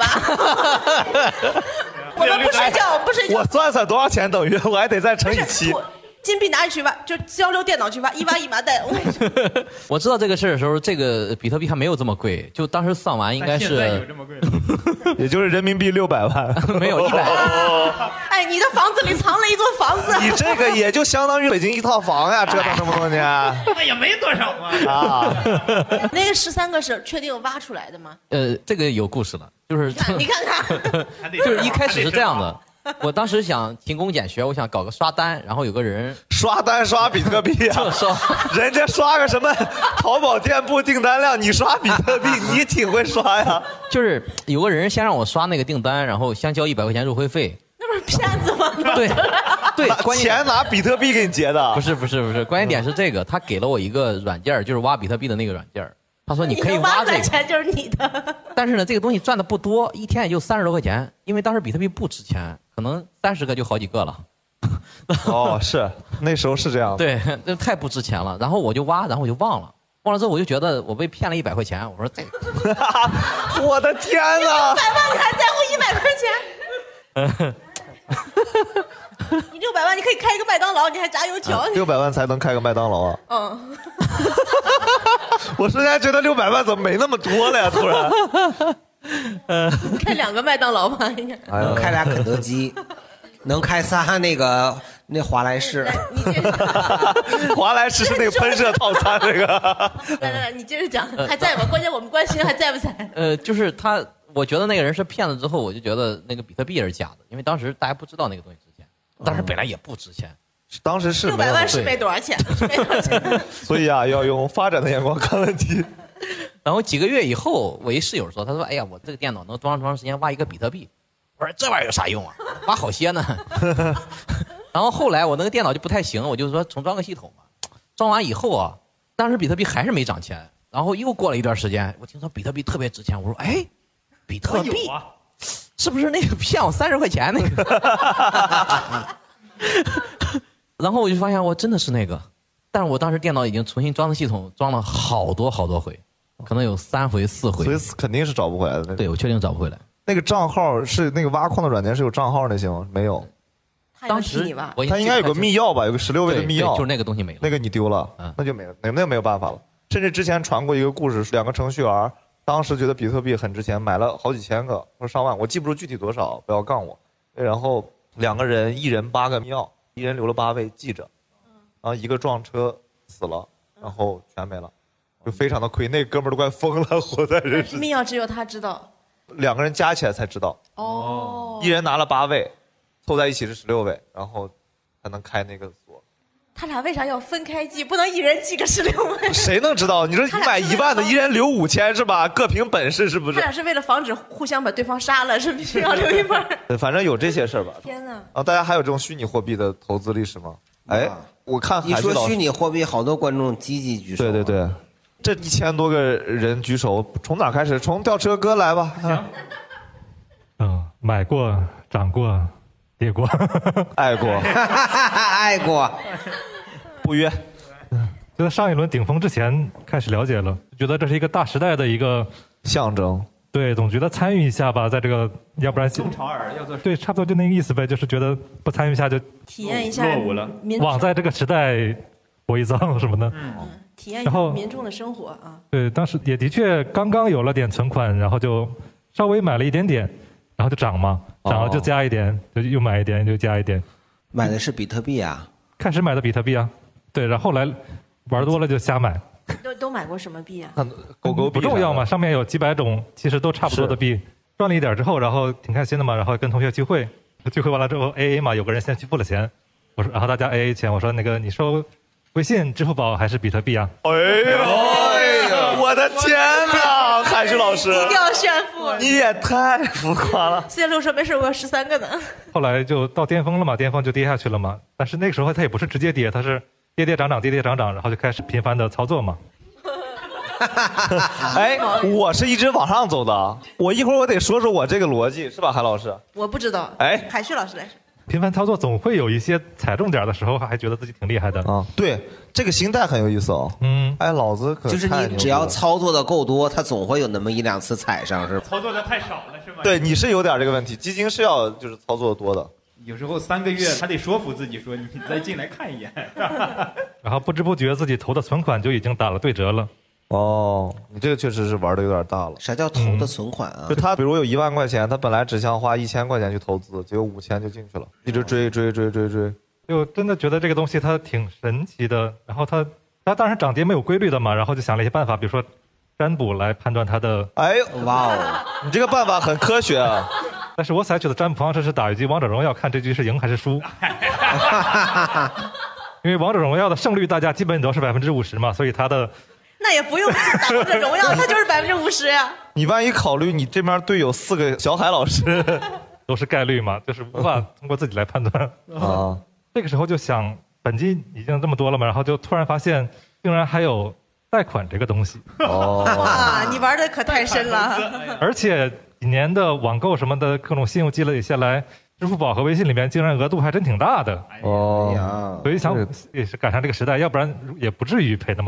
我们不睡觉，不睡觉。 我算算多少钱等于，我还得再乘以7。 金币哪里去挖？就416电脑去挖，一挖一麻袋。 我知道这个事儿的时候，这个比特币还没有这么贵，就当时算完应该是， 现在有这么贵也就是人民币600万， 没有100。 哎，你的房子里藏了一座房子。 你这个也就相当于北京一套房呀，折腾这么多年。 那也没多少嘛。 啊， 那个13个是确定挖出来的吗？ 这个有故事了，就是你看看， 就是一开始是这样的。我当时想勤工俭学，我想搞个刷单，然后有个人刷单刷比特币啊， 就刷， 人家刷个什么淘宝店铺订单量，你刷比特币，你挺会刷呀。 就是有个人先让我刷那个订单，然后先交100块钱入会费。 那不是骗子吗？ 对，关键钱拿比特币给你结的。 不是，关键点是这个，他给了我一个软件，就是挖比特币的那个软件。他说你可以挖这个， 钱就是你的。 但是呢，这个东西赚的不多，一天也就30多块钱，因为当时比特币不值钱，可能30个就好几个了。 哦，是那时候是这样。 对，那太不值钱了。然后我就挖，然后我就忘忘了之后我就觉得我被骗了100块钱，我说这， 我的天哪！600 万你还在乎100块钱？你600万你可以开一个麦当劳，你还炸油条。 600万才能开个麦当劳啊？嗯。我瞬间觉得600万怎么没那么多了呀？突然。 开2个麦当劳吧， 能开俩肯德基，能开仨那华莱士。 华莱士是那个喷射套餐那个。 来，你接着讲，还在吗？关键我们关心还在不在？ 就是他，我觉得那个人是骗子之后，我就觉得那个比特币是假的，因为当时大家不知道那个东西值钱，当时本来也不值钱。 当时是 600万是没多少钱，没多少钱。 所以啊，要用发展的眼光看问题。 然后几个月以后，我一室友说，他说：“哎呀，我这个电脑能多长时间挖一个比特币？”我说：“这玩意儿有啥用啊？挖好些呢。”然后后来我那个电脑就不太行，我就说重装个系统吧。装完以后啊，当时比特币还是没涨钱。然后又过了一段时间，我听说比特币特别值钱，我说：“哎，比特币是不是那个骗我30块钱那个？”然后我就发现我真的是那个，但是我当时电脑已经重新装的系统，装了好多回，可能有3回4回， 所以肯定是找不回来的。 对，我确定找不回来。 那个账号是那个挖矿的软件是有账号那些吗？没有。 当时他应该有个密钥吧，有个16位的密钥， 就是那个东西没了， 那个你丢了，那就没了，那没有办法了。甚至之前传过一个故事，2个程序员当时觉得比特币很值钱，买了好几千个或者上万，我记不住具体多少，不要杠我。然后2个人，一人8个密钥，一人留了8位记着，然后一个撞车死了，然后全没了，就非常的亏。那哥们儿都快疯了，活在人世。 密钥只有他知道 ，2个人加起来才知道。哦，一人拿了8位。凑在一起是16位，然后才能开那个锁。 他俩为啥要分开记？不能一人记个16位？ 谁能知道？你说你买1万的，一人留5000是吧？各凭本事是不是？ 他俩是为了防止互相把对方杀了，是必须要留一半。 反正有这些事儿吧。 天哪！ 啊，大家还有这种虚拟货币的投资历史吗？哎，我看一说虚拟货币，好多观众积极举手。 对，这1000多个人举手，从哪开始？从吊车哥来吧。 买过，涨过。跌过， 爱过， 爱过， 不约。 就在上一轮顶峰之前开始了解了，觉得这是一个大时代的一个象征。 对，总觉得参与一下吧，在这个，要不然中潮儿要做。 对，差不多就那个意思呗，就是觉得不参与一下就体验一下落伍了， 枉在这个时代活一遭什么的。 体验一下民众的生活啊。 对，当时也的确刚刚有了点存款，然后就稍微买了一点点。然后就涨嘛，涨了就加一点，就又买一点，就加一点。 买的是比特币啊？ 开始买的比特币啊，对，然后后来玩多了就瞎买。 都买过什么币啊？ 狗币不重要嘛，上面有几百种，其实都差不多的币。赚了一点之后，然后挺开心的嘛，然后跟同学聚会，聚会完了之后 AA 嘛，有个人先去付了钱，我说，然后大家 AA 钱，我说那个你收微信、支付宝还是比特币啊？ 哎呦，我的天哪，海旭老师， 低调炫富， 你也太浮夸了。 现在路说没事，我有13个呢。 后来就到巅峰了嘛，巅峰就跌下去了嘛。但是那个时候它也不是直接跌，它是跌跌涨涨，跌跌涨涨，然后就开始频繁的操作嘛。 哎，我是一直往上走的，我一会儿我得说说我这个逻辑，是吧，海老师？ 我不知道。 哎， 海旭老师来说。 频繁操作总会有一些踩中点的时候，还觉得自己挺厉害的啊。对，这个心态很有意思哦。哎，老子可就是你只要操作的够多，他总会有那么1、2次踩上，是吧？ 操作的太少了，是吧？ 对，你是有点这个问题，基金是要就是操作多的。 有时候3个月还得说服自己说你再进来看一眼， 然后不知不觉自己投的存款就已经打了对折了。 哦，你这个确实是玩的有点大了。 啥叫投的存款啊？ 就他比如有1万块钱，他本来只想花1000块钱去投资，结果5000就进去了，一直追， 就真的觉得这个东西它挺神奇的。然后它当然涨跌没有规律的嘛，然后就想了一些办法，比如说占卜来判断它的。 哎，哇哦，你这个办法很科学啊。 但是我采取的占卜方式是打一局王者荣耀，看这局是赢还是输。因为王者荣耀的胜率大家基本都是50%嘛，所以它的。 那也不用打王者荣耀，它就是50%呀。 你万一考虑你这边队友4个小海老师， 都是概率嘛，就是无法通过自己来判断啊。这个时候就想，本金已经这么多了嘛，然后就突然发现，竟然还有贷款这个东西。 哇，你玩的可太深了。 而且几年的网购什么的各种信用积累下来，支付宝和微信里面竟然额度还真挺大的。 哦， 所以想也是赶上这个时代，要不然也不至于赔那么多。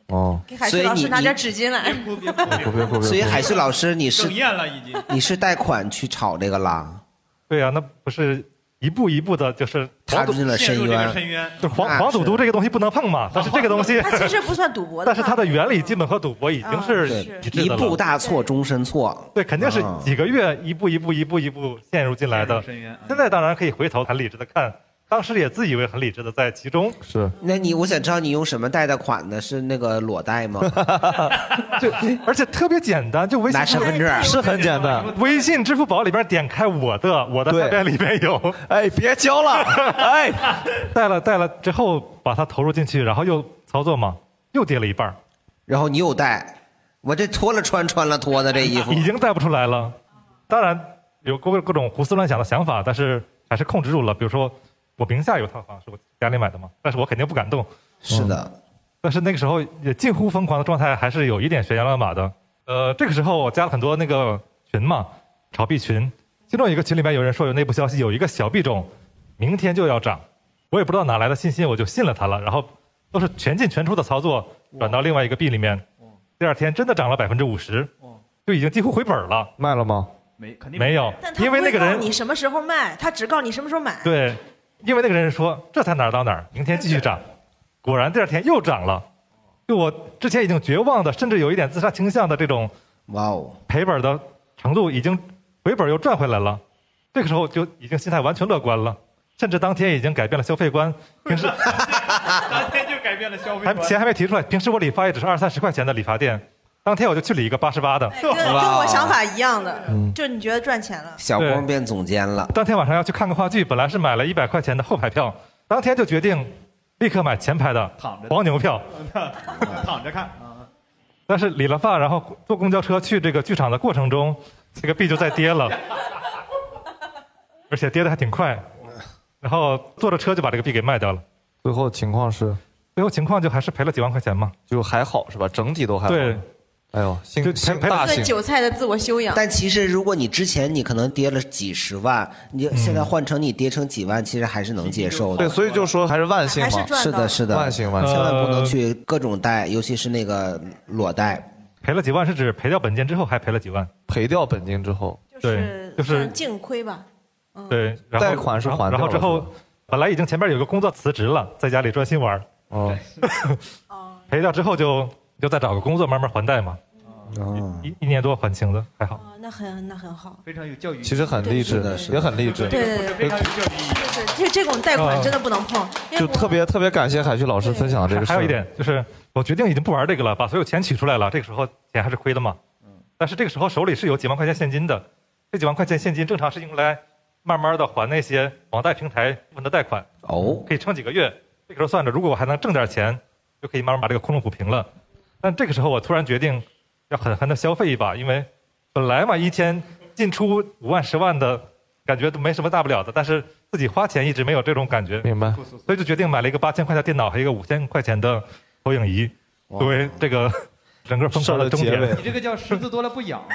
哦，给海旭老师拿点纸巾来。 别。 所以海旭老师，你是哽咽了已经。 你是贷款去炒这个啦？ 对啊，那不是一步一步的，就是踏进了深渊。 就是黄赌毒这个东西不能碰嘛，但是这个东西它其实不算赌博的， 但是它的原理基本和赌博已经是一致的了。 一步大错，终身错。 对，肯定是几个月一步陷入进来的。现在当然可以回头很理智的看。当时也自以为很理智的在其中。 是。 那我想知道你用什么贷的款呢？是那个裸贷吗？ 而且特别简单，就微信拿身份证是很简单。 微信、支付宝里边点开我的下边里边有。 哎，别交了。哎， 贷了之后把它投入进去，然后又操作嘛，又跌了一半。 然后你又贷，我这脱了穿，穿了脱的这衣服已经贷不出来了。当然有各种胡思乱想的想法，但是还是控制住了。比如说。我名下有套房是我家里买的嘛，但是我肯定不敢动。 是的， 但是那个时候也近乎疯狂的状态，还是有一点悬崖勒马的。这个时候我加了很多那个群嘛，炒币群，其中有一个群里面有人说有内部消息，有一个小币种明天就要涨，我也不知道哪来的信心，我就信了他了，然后都是全进全出的操作，转到另外一个币里面，第二天真的涨了50%，就已经几乎回本了。 卖了吗？ 肯定没有，因为那个人你什么时候卖，他只告诉你什么时候买。 对。因为那个人说这才哪儿到哪儿，明天继续涨，果然第二天又涨了。就我之前已经绝望的，甚至有一点自杀倾向的这种， 哇哦， 赔本的程度已经回本又赚回来了。这个时候就已经心态完全乐观了，甚至当天已经改变了消费观。平时当天就改变了消费观， 钱还没提出来。平时我理发也只是20-30块钱的理发店，当天我就去理一个88的， 跟我想法一样的，就你觉得赚钱了。 小光变总监了。 当天晚上要去看个话剧，本来是买了100块钱的后排票，当天就决定立刻买前排的黄牛票， 躺着看。 但是理了发，然后坐公交车去这个剧场的过程中，这个币就再跌了，而且跌得还挺快，然后坐着车就把这个币给卖掉了。 最后情况就还是赔了几万块钱嘛， 就还好是吧？整体都还好。 对。 哎呦， 大幸！韭菜的自我修养。 但其实，如果你之前你可能跌了几十万，你现在换成你跌成几万，其实还是能接受的。 对，所以就说还是万幸嘛。 是的，是的， 万幸， 千万不能去各种贷，尤其是那个裸贷。 赔了几万是指赔掉本金之后还赔了几万？ 赔掉本金之后， 对，就是净亏吧。 对， 贷款是还掉了。 然后之后，本来已经前边有个工作辞职了，在家里专心玩。 哦。 赔掉之后就再找个工作慢慢还贷嘛。一年多还清的，还好。 那很好， 非常有教育。 其实很励志的，也很励志。 对， 非常有教育意义。 就是这种贷款真的不能碰。 就特别感谢海旭老师分享这个事。 还有一点就是，我决定已经不玩这个了，把所有钱取出来了。这个时候钱还是亏的嘛。但是这个时候手里是有几万块钱现金的，这几万块钱现金正常是用来慢慢的还那些网贷平台部分的贷款。可以撑几个月。这个时候算着，如果我还能挣点钱，就可以慢慢把这个窟窿补平了。但这个时候我突然决定要狠狠的消费一把，因为本来嘛一天进出5万10万的感觉都没什么大不了的，但是自己花钱一直没有这种感觉。 明白。 所以就决定买了一个8000块的电脑和一个5000块钱的投影仪，作为这个整个疯狂的终点。 你这个叫狮子多了不痒。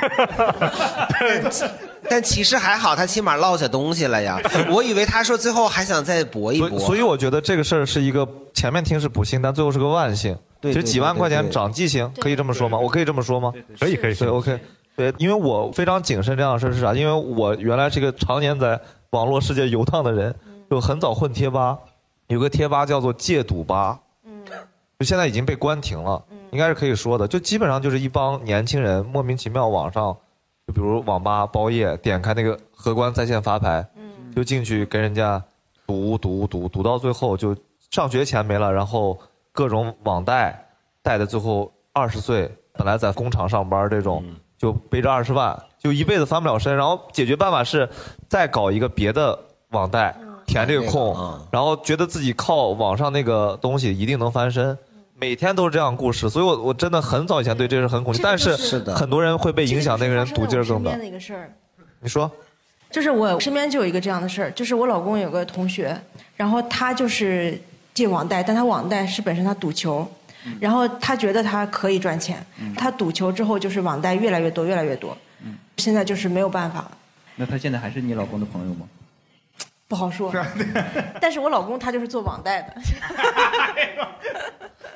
但其实还好，他起码落下东西了呀。我以为他说最后还想再搏一搏。 所以我觉得这个事儿是一个前面听是不幸，但最后是个万幸。其实几万块钱长记性，可以这么说吗？我可以这么说吗？ 可以。 对 ，OK。对，因为我非常谨慎这样的事是啥？因为我原来是个常年在网络世界游荡的人，就很早混贴吧，有个贴吧叫做戒赌吧，就现在已经被关停了，应该是可以说的。就基本上就是一帮年轻人莫名其妙网上，就比如网吧包夜，点开那个荷官在线发牌，就进去跟人家赌到最后就上学钱没了，然后各种网贷的最后20岁本来在工厂上班这种。就背着20万，就一辈子翻不了身。然后解决办法是再搞一个别的网贷，填这个空，然后觉得自己靠网上那个东西一定能翻身。每天都是这样故事，所以我真的很早以前对这事很恐惧。但是很多人会被影响，那个人赌劲儿更大。你说， 就是我身边就有一个这样的事儿，就是我老公有个同学，然后他就是借网贷，但他网贷是本身他赌球。然后他觉得他可以赚钱，他赌球之后就是网贷越来越多，现在就是没有办法了。 那他现在还是你老公的朋友吗？ 不好说，但是我老公他就是做网贷的。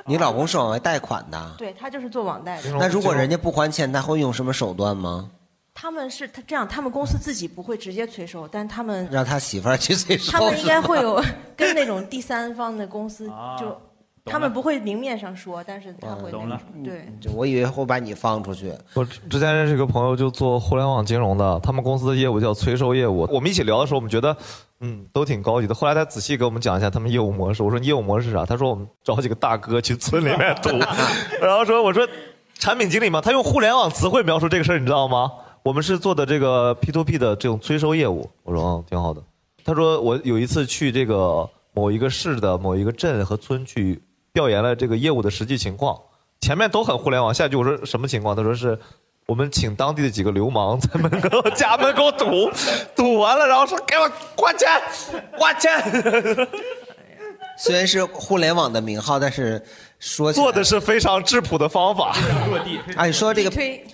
你老公是往外贷款的？ 对，他就是做网贷的。 那如果人家不还钱，他会用什么手段吗？ 他这样，他们公司自己不会直接催收，但他们让他媳妇儿去催收。 他们应该会有跟那种第三方的公司就。他们不会明面上说，但是他会懂了。对， 我以为会把你放出去。 我之前认识一个朋友，就做互联网金融的，他们公司的业务叫催收业务。我们一起聊的时候，我们觉得，都挺高级的。后来他仔细给我们讲一下他们业务模式。我说你业务模式是啥？他说我们找几个大哥去村里面赌，然后我说产品经理嘛，他用互联网词汇描述这个事儿，你知道吗？我们是做的这个 P2P 的这种催收业务。我说挺好的。他说我有一次去这个某一个市的某一个镇和村去。调研了这个业务的实际情况，前面都很互联网。下一句我说什么情况？他说是我们请当地的几个流氓在家门口赌完了，然后说给我花钱。 虽然是互联网的名号，但是做的是非常质朴的方法。 落地。 哎，说这个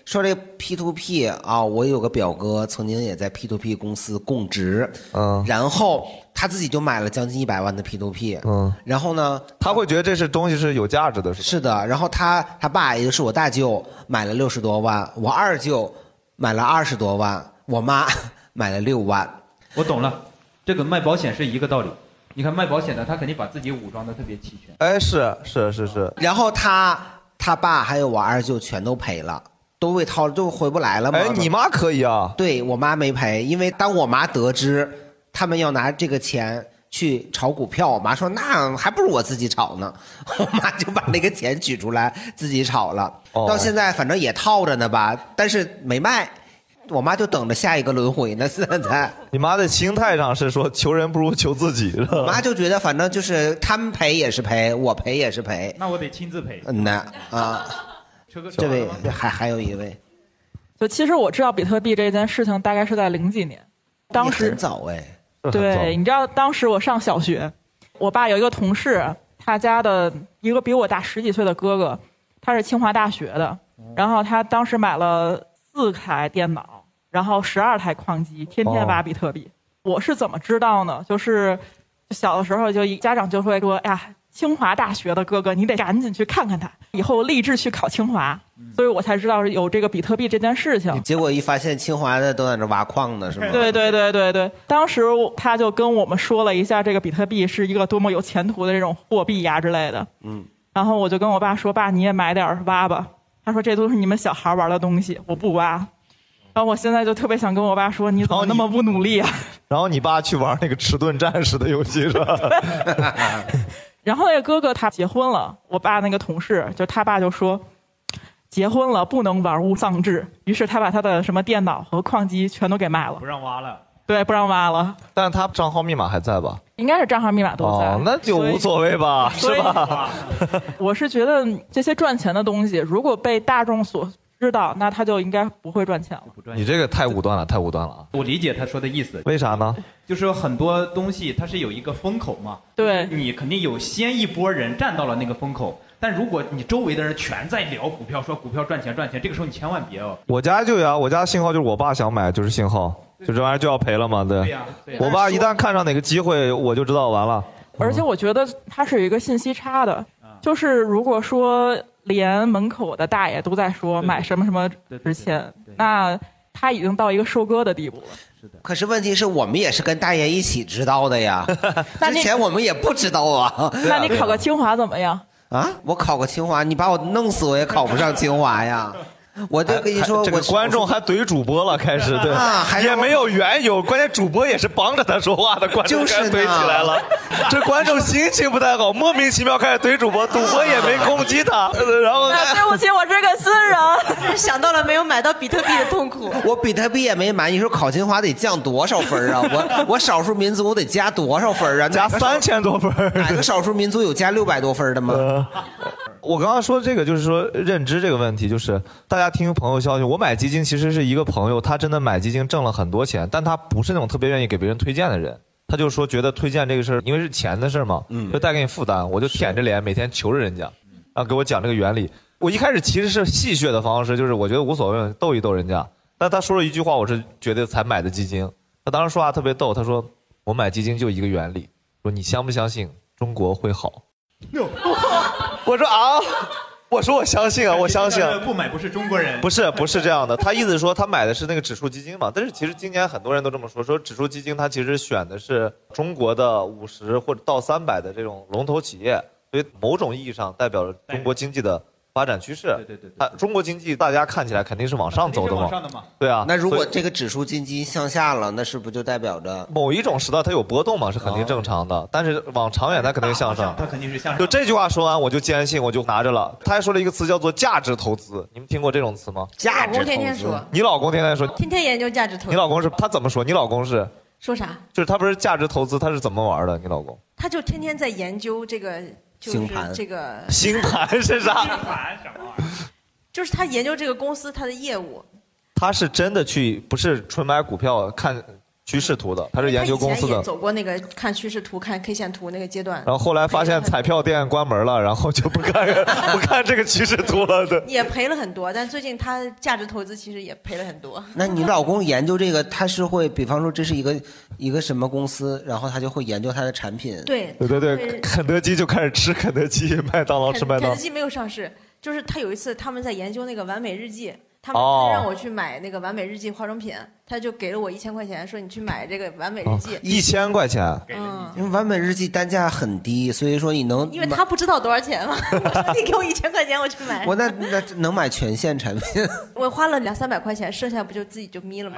P2P 啊，我有个表哥曾经也在 P2P 公司供职，然后他自己就买了将近100万的 P2P，然后呢， 他会觉得这是东西是有价值的，是吧？ 是的，然后他爸也就是我大舅买了60多万，我二舅买了20多万，我妈买了6万。 我懂了，这个卖保险是一个道理。你看卖保险的，他肯定把自己武装的特别齐全。 哎，是。 然后他爸还有我二舅全都赔了，都被套了，都回不来了嘛。 哎，你妈可以啊？ 对，我妈没赔，因为当我妈得知他们要拿这个钱去炒股票，我妈说那还不如我自己炒呢。我妈就把那个钱取出来自己炒了，到现在反正也套着呢吧，但是没卖。我妈就等着下一个轮回呢，现在。 你妈的心态上是说求人不如求自己，是吧？ 我妈就觉得反正就是他们赔也是赔，我赔也是赔。 那我得亲自赔。 这位还有一位， 就其实我知道比特币这件事情大概是在00几年，当时很早哎。 对，你知道当时我上小学，我爸有一个同事，他家的一个比我大10几岁的哥哥，他是清华大学的，然后他当时买了4台电脑，然后12台矿机，天天挖比特币。我是怎么知道呢？就是小的时候就家长就会说，哎呀，清华大学的哥哥，你得赶紧去看看他，以后立志去考清华。所以我才知道有这个比特币这件事情。 结果一发现清华的都在那挖矿呢，是吗？ 对，当时他就跟我们说了一下这个比特币是一个多么有前途的这种货币呀之类的。然后我就跟我爸说，爸你也买点挖吧。他说这都是你们小孩玩的东西，我不挖。然后我现在就特别想跟我爸说，你怎么那么不努力啊？ 然后你爸去玩那个迟钝战士的游戏是吧？ 然后那个哥哥他结婚了，我爸那个同事就他爸就说，结婚了不能玩物丧志，于是他把他的什么电脑和矿机全都给卖了， 不让挖了。 对，不让挖了。 但是他账号密码还在吧？ 应该是账号密码都在。 那就无所谓吧，是吧？ 我是觉得这些赚钱的东西，如果被大众所知道，那他就应该不会赚钱了。 你这个太武断了啊！ 我理解他说的意思。 为啥呢？ 就是很多东西它是有一个风口嘛。 对。 你肯定有先一波人站到了那个风口，但如果你周围的人全在聊股票，说股票赚钱，这个时候你千万别哦。 我家就有，我家信号就是我爸想买就是信号，就这玩意儿就要赔了嘛，对。我爸一旦看上哪个机会，我就知道完了。 而且我觉得它是有一个信息差的，就是如果说连门口的大爷都在说买什么什么值钱，那他已经到一个收割的地步了。 可是问题是我们也是跟大爷一起知道的呀，之前我们也不知道啊。 那你考个清华怎么样？ 啊，我考个清华，你把我弄死我也考不上清华呀。我就跟你说， 这个观众还怼主播了，开始对，也没有缘由，关键主播也是帮着他说话的，观众开始怼起来了。这观众心情不太好，莫名其妙开始怼主播，主播也没攻击他，然后对不起，我这个新人想到了没有买到比特币的痛苦。 我比特币也没买，你说考清华得降多少分啊？我少数民族得加多少分啊？ 加3000多分。 哪个少数民族有加600多分的吗？ 我刚刚说这个就是说认知这个问题，就是大家听朋友消息，我买基金其实是一个朋友，他真的买基金挣了很多钱，但他不是那种特别愿意给别人推荐的人，他就说觉得推荐这个事儿，因为是钱的事儿嘛，就带给你负担，我就舔着脸每天求着人家，然后给我讲这个原理。我一开始其实是戏谑的方式，就是我觉得无所谓，逗一逗人家，但他说了一句话，我是觉得才买的基金。他当时说话特别逗，他说我买基金就一个原理，说你相不相信中国会好。 我说啊。我说我相信啊，我相信。 不买不是中国人。 不是这样的，他意思是说他买的是那个指数基金嘛，但是其实今年很多人都这么说指数基金它其实选的是中国的50或者到300的这种龙头企业，所以某种意义上代表了中国经济的发展趋势。 对。 中国经济大家看起来肯定是往上走的嘛。对啊。 那如果这个指数基金向下了，那是不是就代表着某一种时代它有波动嘛？是肯定正常的。但是往长远它肯定向上。 它肯定是向上。 就这句话说完，我就坚信，我就拿着了。他还说了一个词叫做价值投资，你们听过这种词吗？ 价值投资。 天天说。 你老公天天说。 天天研究价值投资。 你老公是他怎么说？你老公是说啥？ 就是他不是价值投资，他是怎么玩的？你老公？ 他就天天在研究这个。 星盘这个星盘是啥？ 星盘什么玩意儿？ 就是他研究这个公司它的业务。 他是真的去，不是纯买股票看趋势图的，他是研究公司的。 他以前也走过那个看趋势图、看 K 线图那个阶段。 然后后来发现彩票店关门了，然后就不看这个趋势图了的。 也赔了很多，但最近他价值投资其实也赔了很多。 那你老公研究这个，他是会，比方说这是一个什么公司，然后他就会研究他的产品。 对， 肯德基就开始吃肯德基，麦当劳吃麦当劳。 肯德基没有上市，就是他有一次他们在研究那个完美日记。他们让我去买那个完美日记化妆品，他就给了我1000块钱，说你去买这个完美日记。 1000块钱， 因为完美日记单价很低，所以说你能。 因为他不知道多少钱嘛，我说你给我1000块钱，我去买。 我那能买全线产品。 我花了200-300块钱，剩下不就自己就眯了吗？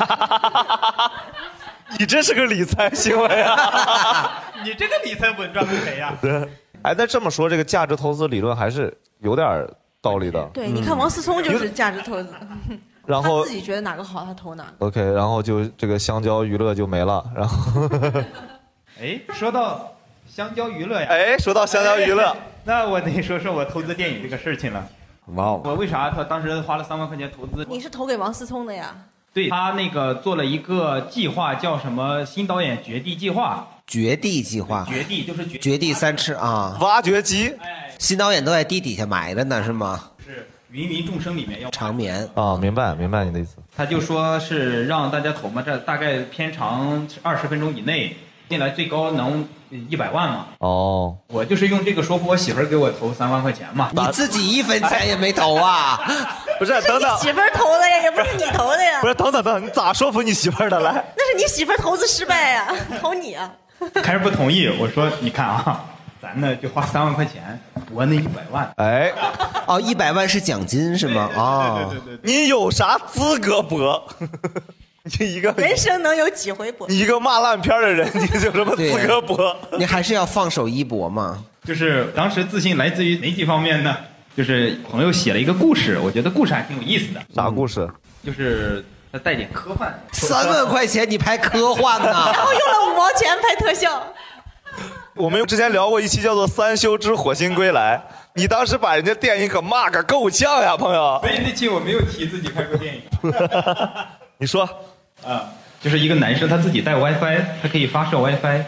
你这是个理财行为啊！ 你这个理财稳赚不赔呀。 对，哎，那这么说，这个价值投资理论还是有点道理的。 对，你看王思聪就是价值投资， 然后他自己觉得哪个好，他投哪个。OK， 然后就这个香蕉娱乐就没了，然后。 哎，说到香蕉娱乐呀， 说到香蕉娱乐， 那我得说我投资电影这个事情了。 哇， 我为啥他当时花了3万块钱投资？ 你是投给王思聪的呀？ 对，他那个做了一个计划，叫什么新导演绝地计划。 绝地计划， 绝地就是绝地3尺啊， 挖掘机。 新导演都在地底下埋着呢，是吗？ 是芸芸众生里面要长眠啊，明白你的意思。 他就说是让大家投嘛，这大概片长20分钟以内，进来最高能100万嘛。 哦， 我就是用这个说服我媳妇儿给我投3万块钱嘛。 你自己1分钱也没投啊？ 不是，等等， 你媳妇儿投的呀，也不是你投的呀。 不是，等，你咋说服你媳妇儿的？来， 那是你媳妇儿投资失败呀，投你啊。 开始不同意，我说你看啊，咱呢就花3万块钱博那100万。 哎， 哦，100万是奖金是吗？啊， 对， 你有啥资格博？你一个人生能有几回博？ 你一个骂烂片的人，你有什么资格博？ 你还是要放手一搏嘛。 就是当时自信来自于哪几方面呢？就是朋友写了一个故事，我觉得故事还挺有意思的。 啥故事？ 就是他带点科幻。 3万块钱你拍科幻呢？ 然后用了5毛钱拍特效。 我们之前聊过一期叫做《三修之火星归来》，你当时把人家电影可骂个够呛呀，朋友。 所以那期我没有提自己拍过电影。 你说， 就是一个男生他自己带 WiFi， 他可以发射 WiFi。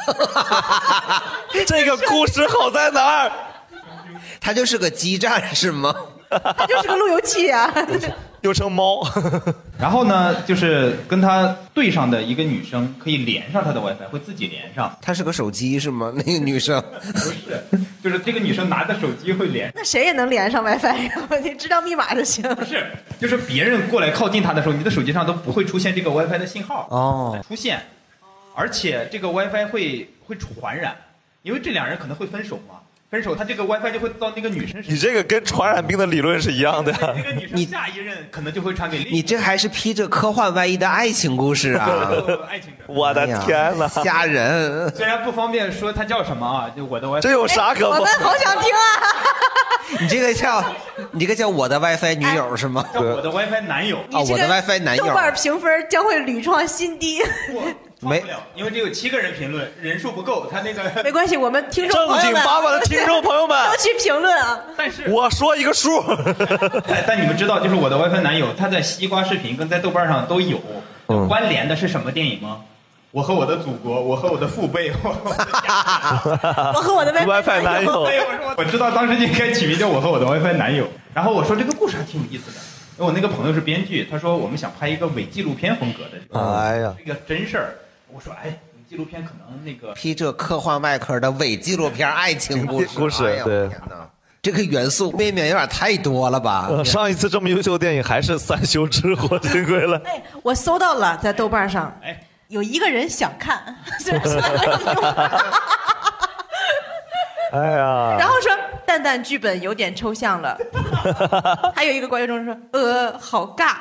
这个故事好在哪儿？ 他就是个基站是吗？ 他就是个路由器啊。 又成猫。 然后呢，就是跟他对上的一个女生可以连上他的 WiFi， 会自己连上。 他是个手机是吗？那个女生不是，就是这个女生拿着手机会连。 那谁也能连上 WiFi， 你知道密码就行。 不是，就是别人过来靠近他的时候，你的手机上都不会出现这个 WiFi 的信号出现，而且这个 WiFi 会传染，因为这两人可能会分手嘛。分手，他这个 WiFi 就会到那个女生身上。 你这个跟传染病的理论是一样的。 这个女生下一任可能就会传给另一个。 你这还是披着科幻外衣的爱情故事啊！ 爱情的， 我的天哪， 吓人！ 虽然不方便说它叫什么啊，就我的 WiFi。 这有啥可？ 我们好想听啊！ 你这个叫我的 WiFi 女友是吗？ 叫我的 WiFi 男友啊，我的 WiFi 男友。 豆瓣评分将会屡创新低。 没不了，因为只有7个人评论，人数不够，他那个没关系，我们听众朋友们正经八百的听众朋友们都去评论啊。 但是我说一个数， 但你们知道，就是我的 WiFi 男友，他在西瓜视频跟在豆瓣上都有关联的是什么电影吗？我和我的祖国，我和我的父辈，我和我的 WiFi 男友。 我知道当时就应该起名叫我和我的 WiFi 男友。然后我说这个故事还挺有意思的。因为我那个朋友是编剧，他说我们想拍一个伪纪录片风格的， 哎呀， 这个真事儿。我说，哎，伪纪录片可能那个披着科幻外壳的伪纪录片爱情故事， 对。 这个元素未免有点太多了吧？ 上一次这么优秀的电影还是《三修之活金龟了。 哎，我搜到了，在豆瓣上，有一个人想看， 哎呀， 然后说蛋蛋剧本有点抽象了，还有一个观众说好尬，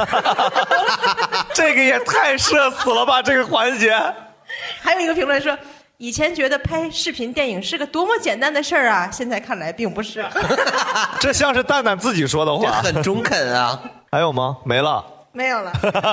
这个也太社死了吧这个环节。 还有一个评论说，以前觉得拍视频电影是个多么简单的事儿啊，现在看来并不是。 这像是蛋蛋自己说的话， 很中肯啊。 还有吗？没了。 没有了。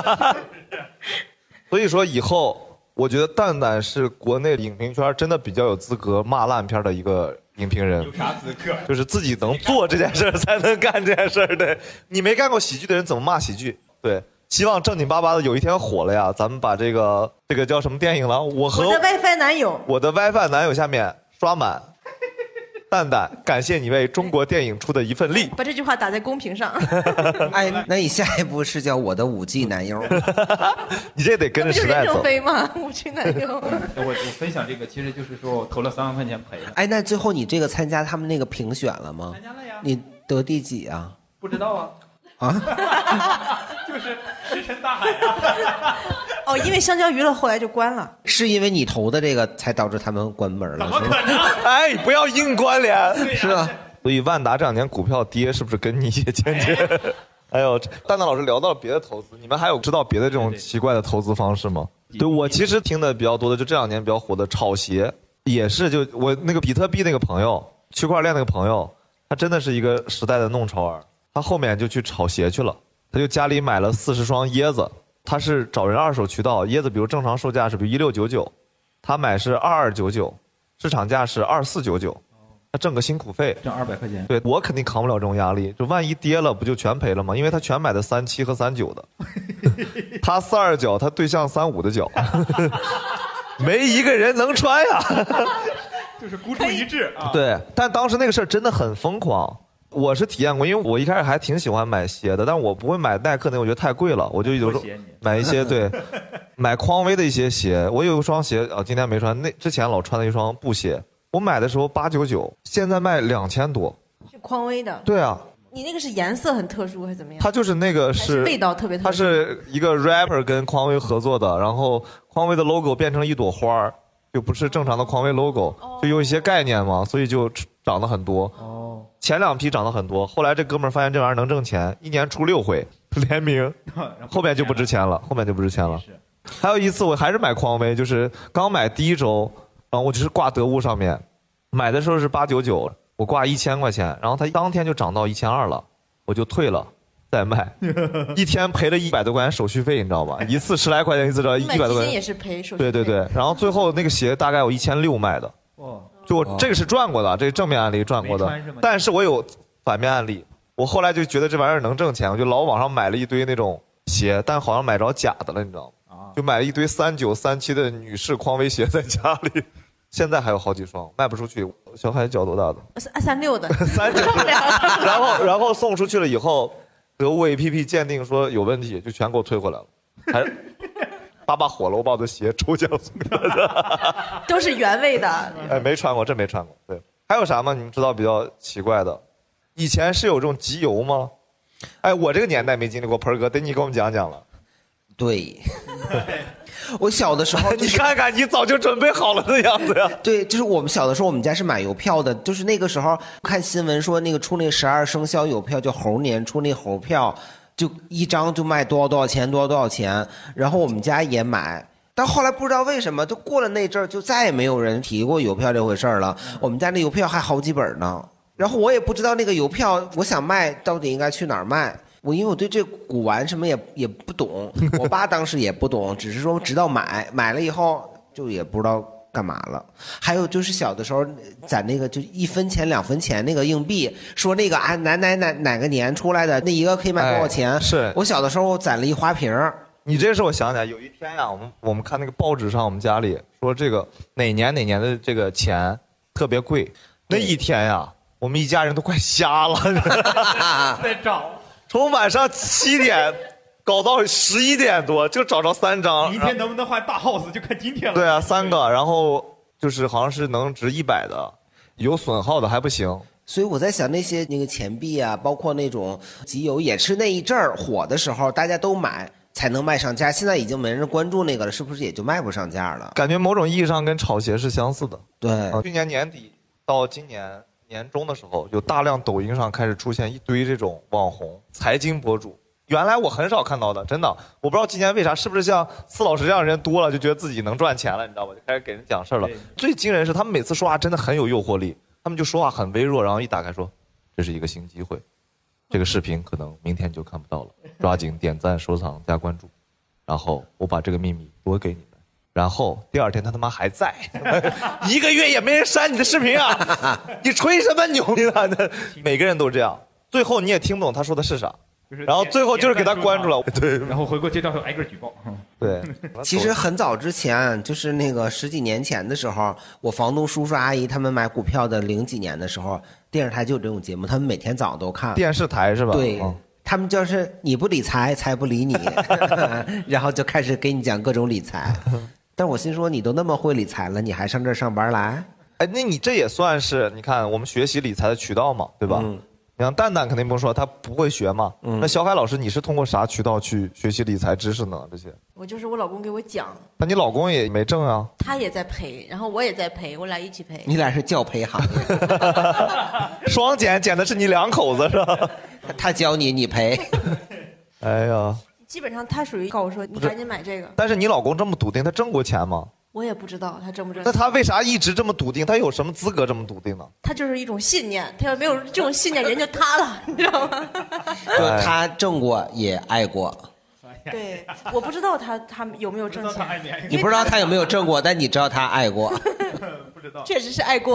所以说以后。我觉得蛋蛋是国内影评圈真的比较有资格骂烂片的一个影评人。 有啥资格？ 就是自己能做这件事才能干这件事儿。对，你没干过喜剧的人怎么骂喜剧？对，希望正经八百的有一天火了呀，咱们把这个叫什么电影了？我的 WiFi 男友。 我的 WiFi 男友下面刷满。蛋蛋，感谢你为中国电影出的一份力。 把这句话打在公屏上。 哎，那你下一步是叫我的5G 男友？ 你这得跟着时代走。 任正非吗？5G 男友。 我分享这个，其实就是说我投了3万块钱赔了。 哎，那最后你这个参加他们那个评选了吗？ 参加了呀。 你得第几啊？ 不知道啊。就是石沉大海啊。 哦，因为香蕉娱乐后来就关了， 是因为你投的这个才导致他们关门了？ 怎么可能？ 哎，不要硬关联， 是吧？ 所以万达这2年股票跌，是不是跟你也间接？还有蛋蛋老师聊到了别的投资，你们还有知道别的这种奇怪的投资方式吗？对，我其实听的比较多的，就这2年比较火的炒鞋，也是就我那个比特币那个朋友，区块链那个朋友，他真的是一个时代的弄潮儿，他后面就去炒鞋去了，他就家里买了40双椰子。他是找人二手渠道，椰子比如正常售价是比如1699，他买是2299，市场价是2499，他挣个辛苦费， 挣200块钱。 对，我肯定扛不了这种压力，就万一跌了不就全赔了吗？因为他全买的37和39的，他42脚，他对象35的脚，没一个人能穿呀。 就是孤注一掷啊。 对，但当时那个事儿真的很疯狂。我是体验过，因为我一开始还挺喜欢买鞋的，但是我不会买耐克那，我觉得太贵了，我就有时候买一些对，买匡威的一些鞋。我有一双鞋啊，今天没穿，那之前老穿的一双布鞋，我买的时候899，现在卖2000多。 是匡威的。 对啊。 你那个是颜色很特殊还是怎么样？ 它就是那个是味道特别特殊。 它是一个 rapper 跟匡威合作的，然后匡威的 logo 变成了一朵花儿，就不是正常的匡威 logo，就有一些概念嘛，所以就涨得很多。前2批涨得很多，后来这哥们儿发现这玩意儿能挣钱，1年出6回联名，后面就不值钱了，还有一次我还是买匡威，就是刚买第1周，然后我就是挂得物上面，买的时候是899，我挂1000块钱，然后它当天就涨到1200了，我就退了再卖，一天赔了100多块钱手续费，你知道吧？一次10来块钱，一次100多块钱。 买基金也是赔手续费。 对，然后最后那个鞋大概有1600卖的。就我这个是赚过的，这个正面案例赚过的，但是我有反面案例。我后来就觉得这玩意儿能挣钱，我就老网上买了一堆那种鞋，但好像买着假的了，你知道吗？就买了一堆39、37的女士匡威鞋在家里，现在还有好几双卖不出去。小海脚多大的 ？36的。 39。然后送出去了以后，得物 APP 鉴定说有问题，就全给我退回来了。还爸火了，我把我的鞋抽奖送给他。 都是原味的。 哎，没穿过，真没穿过。对，还有啥吗？你们知道比较奇怪的？以前是有这种集邮吗？哎，我这个年代没经历过，盆儿哥，得你给我们讲讲了。 对，我小的时候、 你看看，你早就准备好了的样子呀。 对，就是我们小的时候，我们家是买邮票的，就是那个时候看新闻说那个出那12生肖邮票，叫猴年出那猴票。就一张就卖多少钱，多少钱，然后我们家也买，但后来不知道为什么，就过了那阵儿，就再也没有人提过邮票这回事儿了。我们家那邮票还好几本呢，然后我也不知道那个邮票，我想卖到底应该去哪儿卖。因为我对这古玩什么也不懂，我爸当时也不懂，只是说知道买了以后就也不知道干嘛了。还有就是小的时候攒那个就1分钱2分钱那个硬币，说那个啊哪个年出来的那一个可以卖多少钱？ 是我小的时候攒了一花瓶。 你这是我想起来，有一天呀，我们看那个报纸上，我们家里说这个哪年的这个钱特别贵，那一天呀，我们一家人都快瞎了， 在找， 从晚上7点。搞到11点多就找着3张， 明天能不能换大 house 就看今天了。 对啊，3个，然后就是好像是能值100的，有损耗的还不行。 所以我在想，那些那个钱币啊，包括那种集邮，也是那一阵儿火的时候，大家都买才能卖上架。现在已经没人关注那个了，是不是也就卖不上架了？ 感觉某种意义上跟炒鞋是相似的。 对， 去年年底到今年年中的时候，有大量抖音上开始出现一堆这种网红财经博主。原来我很少看到的，真的，我不知道今年为啥，是不是像司老师这样的人多了，就觉得自己能赚钱了，你知道吗？就开始给人讲事儿了。最惊人是他们每次说话真的很有诱惑力，他们就说话很微弱，然后一打开说，这是一个新机会，这个视频可能明天就看不到了，抓紧点赞、收藏、加关注，然后我把这个秘密多给你们。然后第二天他妈还在，1个月也没人删你的视频啊！你吹什么牛逼啊？每个人都这样，最后你也听不懂他说的是啥。然后最后就是给他关注了，对， 然后回过街道挨个举报。 对， 其实很早之前，就是那个10几年前的时候，我房东叔叔阿姨他们买股票的0几年的时候，电视台就有这种节目，他们每天早上都看。 电视台是吧？ 对，他们就是你不理财，财不理你，然后就开始给你讲各种理财。但我心说，你都那么会理财了，你还上这儿上班来？ 哎，那你这也算是你看我们学习理财的渠道嘛，对吧？你像蛋蛋肯定不用说，他不会学嘛。那小海老师，你是通过啥渠道去学习理财知识呢？这些？ 我就是我老公给我讲。 那你老公也没挣啊？ 他也在赔，然后我也在赔，我俩一起赔。 你俩是教培行业， 双减减的是你2口子是吧？ 他教你，你赔。 哎呀， 基本上他属于告我说你赶紧买这个。 但是你老公这么笃定，他挣过钱吗？ 我也不知道他挣不挣。 那他为啥一直这么笃定？他有什么资格这么笃定呢？ 他就是一种信念，他要没有这种信念，人就塌了，你知道吗？ 就他挣过也爱过。 对，我不知道他有没有挣钱。 你不知道他有没有挣过，但你知道他爱过。 不知道，确实是爱过。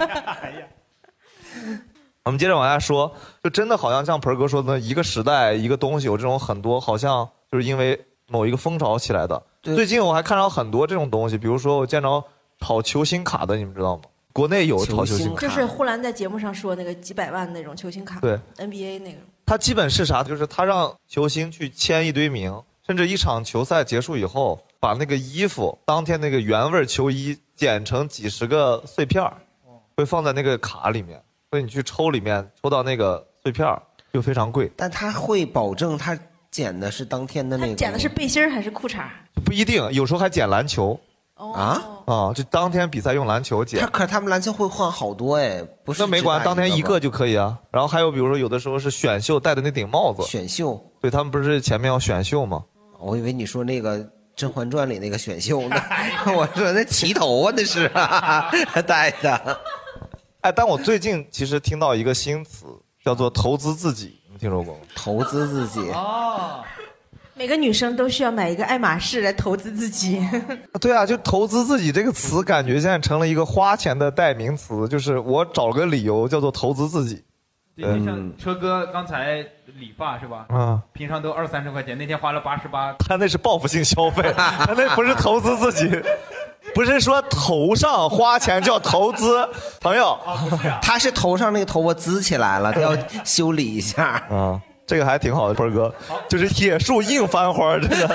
我们接着往下说，就真的好像像盆哥说的，一个时代一个东西有这种很多，好像就是因为某一个风潮起来的。最近我还看到很多这种东西，比如说我见着炒球星卡的，你们知道吗？国内有炒球星卡， 就是呼兰在节目上说那个几百万那种球星卡， 对 NBA 那个。 他基本是啥？就是他让球星去签一堆名，甚至一场球赛结束以后，把那个衣服当天那个原味球衣剪成几十个碎片，会放在那个卡里面，所以你去抽里面抽到那个碎片就非常贵。 但他会保证他剪的是当天的那个？ 他剪的是背心还是裤衩？ 不一定，有时候还剪篮球。就当天比赛用篮球剪。 可他们篮球会换好多哎，不是？ 那没关，当天一个就可以啊。然后还有比如说有的时候是选秀戴的那顶帽子。 选秀？ 对，他们不是前面要选秀吗？ 我以为你说那个《甄嬛传》里那个选秀呢，我说那齐头啊，那是戴的。 哎，但我最近其实听到一个新词，叫做投资自己，你们听说过吗？ 投资自己哦。每个女生都需要买一个爱马仕来投资自己。 对啊，就投资自己这个词，感觉现在成了一个花钱的代名词，就是我找个理由叫做投资自己。 就像车哥刚才理发是吧？平常都20-30块钱，那天花了88。 他那是报复性消费，他那不是投资自己，不是说头上花钱叫投资，朋友， 他是头上那个头发滋起来了，他要修理一下。 这个还挺好的，波哥，就是铁树硬翻花，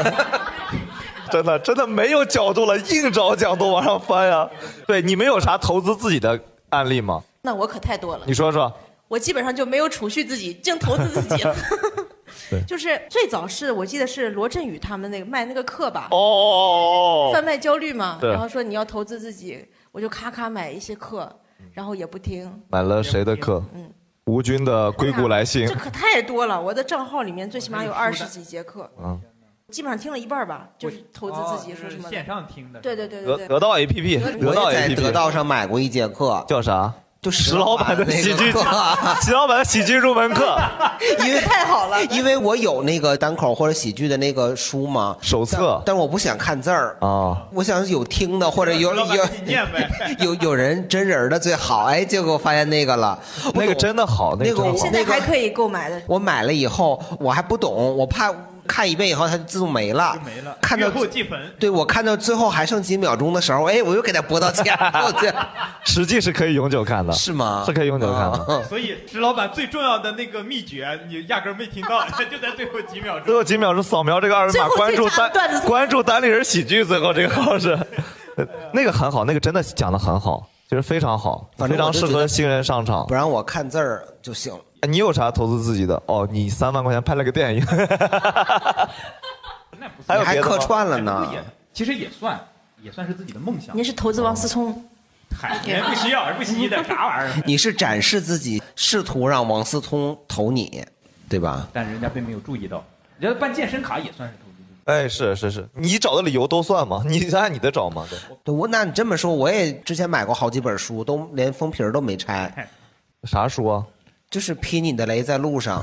真的没有角度了，硬找角度往上翻呀。对，你们有啥投资自己的案例吗？ 那我可太多了。 你说说。 我基本上就没有储蓄自己，净投资自己了。就是最早是我记得是罗振宇他们那个卖那个课吧。贩卖焦虑嘛，然后说你要投资自己，我就咔咔买一些课，然后也不听。 买了谁的课？吴军的《硅谷来信》。 这可太多了，我的账号里面最起码有20几节课。基本上听了一半吧，就是投资自己说什么线上听的。 对。 得到 APP， 得到 APP， 得到上买过一节课， 叫啥？ 就石老板的喜剧，石老板的喜剧入门课， 因为太好了， 因为我有那个单口或者喜剧的那个书嘛， 手册， 但我不想看字儿啊，我想有听的或者有人真人的最好，哎，结果发现那个了， 那个真的好，那个现在还可以购买的， 我买了以后我还不懂，我怕。看一遍以后，它就自动没了。看到后记分。 对，我看到最后还剩几秒钟的时候，哎，我又给它拨到前头去。 实际是可以永久看的。 是吗？ 是可以永久看的。 所以石老板最重要的那个秘诀，你压根没听到，就在最后几秒钟。 最后几秒钟扫描这个二维码，关注单立人喜剧，最后这个号是，那个很好，那个真的讲得很好。 其实非常好，非常适合新人上场。 不让我看字儿就行了。 你有啥投资自己的？哦，你3万块钱拍了个电影， 还有还客串了呢。 其实也算是自己的梦想。 您是投资王思聪？ 嗨，不需要，不稀的，啥玩意儿？ 你是展示自己，试图让王思聪投你，对吧？ 但人家并没有注意到，人家办健身卡也算是投资。 哎，是，你找的理由都算嘛，你按你的找嘛。 对，那你这么说，我也之前买过好几本书，都连封皮都没拆。 啥书啊？ 就是劈你的雷在路上。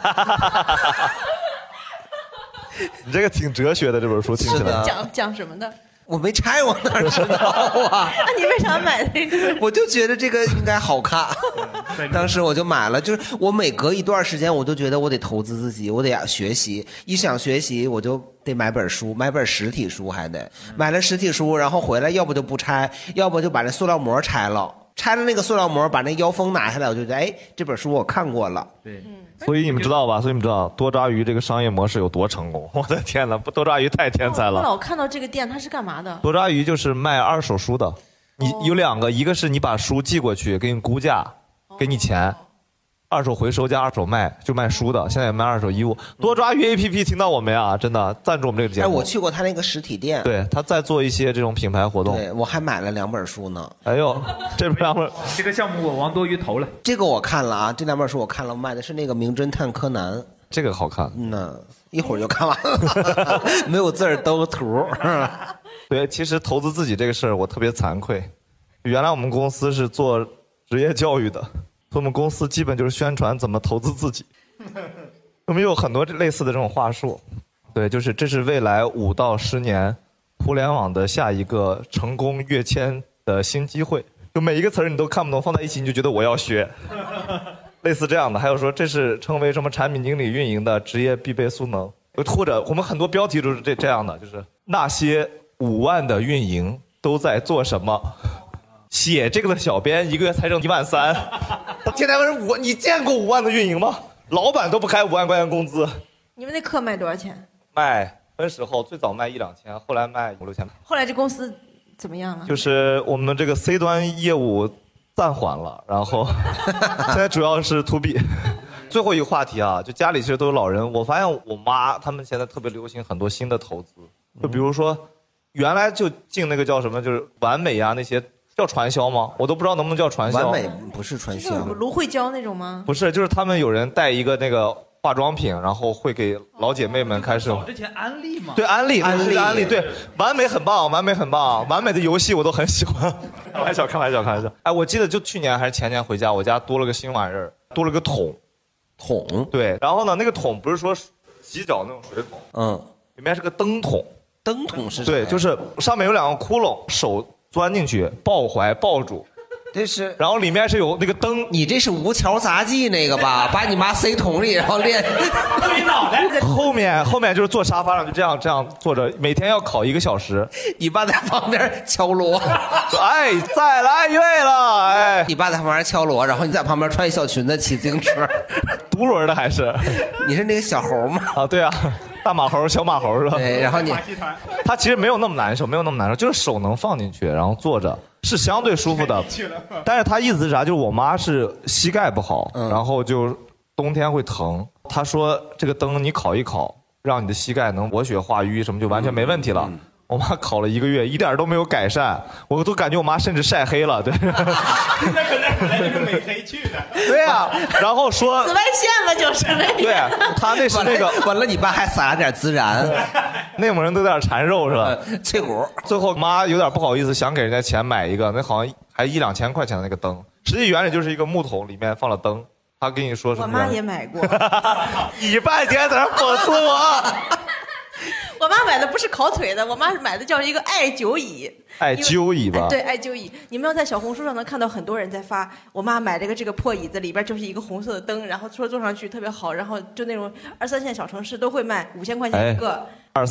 你这个挺哲学的，这本书听起来。 讲什么的？ 我没拆，我哪知道啊？ 那你为啥买那个？ 我就觉得这个应该好看，当时我就买了。就是我每隔一段时间，我就觉得我得投资自己，我得学习。一想学习，我就得买本书，买本实体书还得买了实体书，然后回来要不就不拆，要不就把那塑料膜拆了。拆了那个塑料膜，把那腰封拿下来，我就觉得，哎，这本书我看过了。 对， 所以你们知道吧？多抓鱼这个商业模式有多成功？我的天哪，多抓鱼太天才了！ 我老看到这个店，它是干嘛的？ 多抓鱼就是卖二手书的。你有2个，一个是你把书寄过去，给你估价，给你钱。二手回收加二手卖，就卖书的，现在也卖二手衣物。多抓鱼 APP 听到我没啊？真的赞助我们这个节目。 哎，我去过他那个实体店， 对，他在做一些这种品牌活动。 对，我还买了2本书呢。 哎呦，这2本， 这个项目我王多鱼投了。 这个我看了啊，这2本书我看了，卖的是那个《名侦探柯南》， 这个好看。 一会儿就看完了，没有字儿都图。 对，其实投资自己这个事儿我特别惭愧，原来我们公司是做职业教育的。我们公司基本就是宣传怎么投资自己，我们有很多类似的这种话术，对，就是这是未来5到10年互联网的下一个成功跃迁的新机会，就每一个词儿你都看不懂，放在一起你就觉得我要学，类似这样的。还有说这是成为什么产品经理运营的职业必备素能，或者我们很多标题都是这样的，就是那些5万的运营都在做什么。写这个的小编1个月才挣1万3，天天问你见过5万的运营吗？老板都不开5万块钱工资。 你们那课卖多少钱？ 卖分时候最早卖1-2千，后来卖5-6千。 后来这公司怎么样了？ 就是我们这个 C 端业务暂缓了，然后现在主要是 To B。最后一个话题啊，就家里其实都有老人，我发现我妈他们现在特别流行很多新的投资，就比如说原来就进那个叫什么，就是完美啊那些。叫传销吗？我都不知道能不能叫传销。 完美不是传销， 芦荟胶那种吗？ 不是，就是他们有人带一个那个化妆品，然后会给老姐妹们开始。 之前安利吗？ 对，安利，对，完美很棒，完美很棒，完美的游戏我都很喜欢。开玩笑。哎，我记得就去年还是前年回家，我家多了个新玩意儿，多了个桶。对，然后呢，那个桶不是说洗脚那种水桶，里面是个灯桶。 灯桶是啥？ 对，就是上面有2个窟窿，手钻进去，抱怀抱住， 这是， 然后里面是有那个灯。 你这是无桥杂技那个吧？把你妈塞桶里，然后练。 对脑袋。 后面就是坐沙发上，就这样坐着，每天要考1个小时。 你爸在旁边敲锣， 说：“哎，再来一位了。”哎， 你爸在旁边敲锣，然后你在旁边穿一小裙子骑自行车， 独轮的还是？ 你是那个小猴吗？ 啊，对啊。大马猴、小马猴是吧？ 对，然后它其实没有那么难受，就是手能放进去，然后坐着是相对舒服的。但是它意思是啥？就是我妈是膝盖不好，然后就冬天会疼。她说这个灯你烤一烤，让你的膝盖能活血化瘀，什么就完全没问题了。我妈烤了1个月，一点都没有改善，我都感觉我妈甚至晒黑了。对， 那可能就是美黑去的。 对啊，然后说紫外线嘛，就是那个。 对，他那是那个， 完了你爸还撒了点孜然， 内蒙人都有点馋肉是吧？ 脆骨。 最后妈有点不好意思，想给人家钱买一个，那好像还1-2千块钱的那个灯，实际原理就是一个木桶里面放了灯。他跟你说什么？ 我妈也买过。 你半天在那讽刺我。 我妈买的不是烤腿的，我妈买的叫一个艾灸椅。 艾灸椅吧？ 对，艾灸椅。你们要在小红书上能看到很多人在发，我妈买了个这个破椅子，里边就是一个红色的灯，然后说坐上去特别好，然后就那种2-3线小城市都会卖5000块钱一个。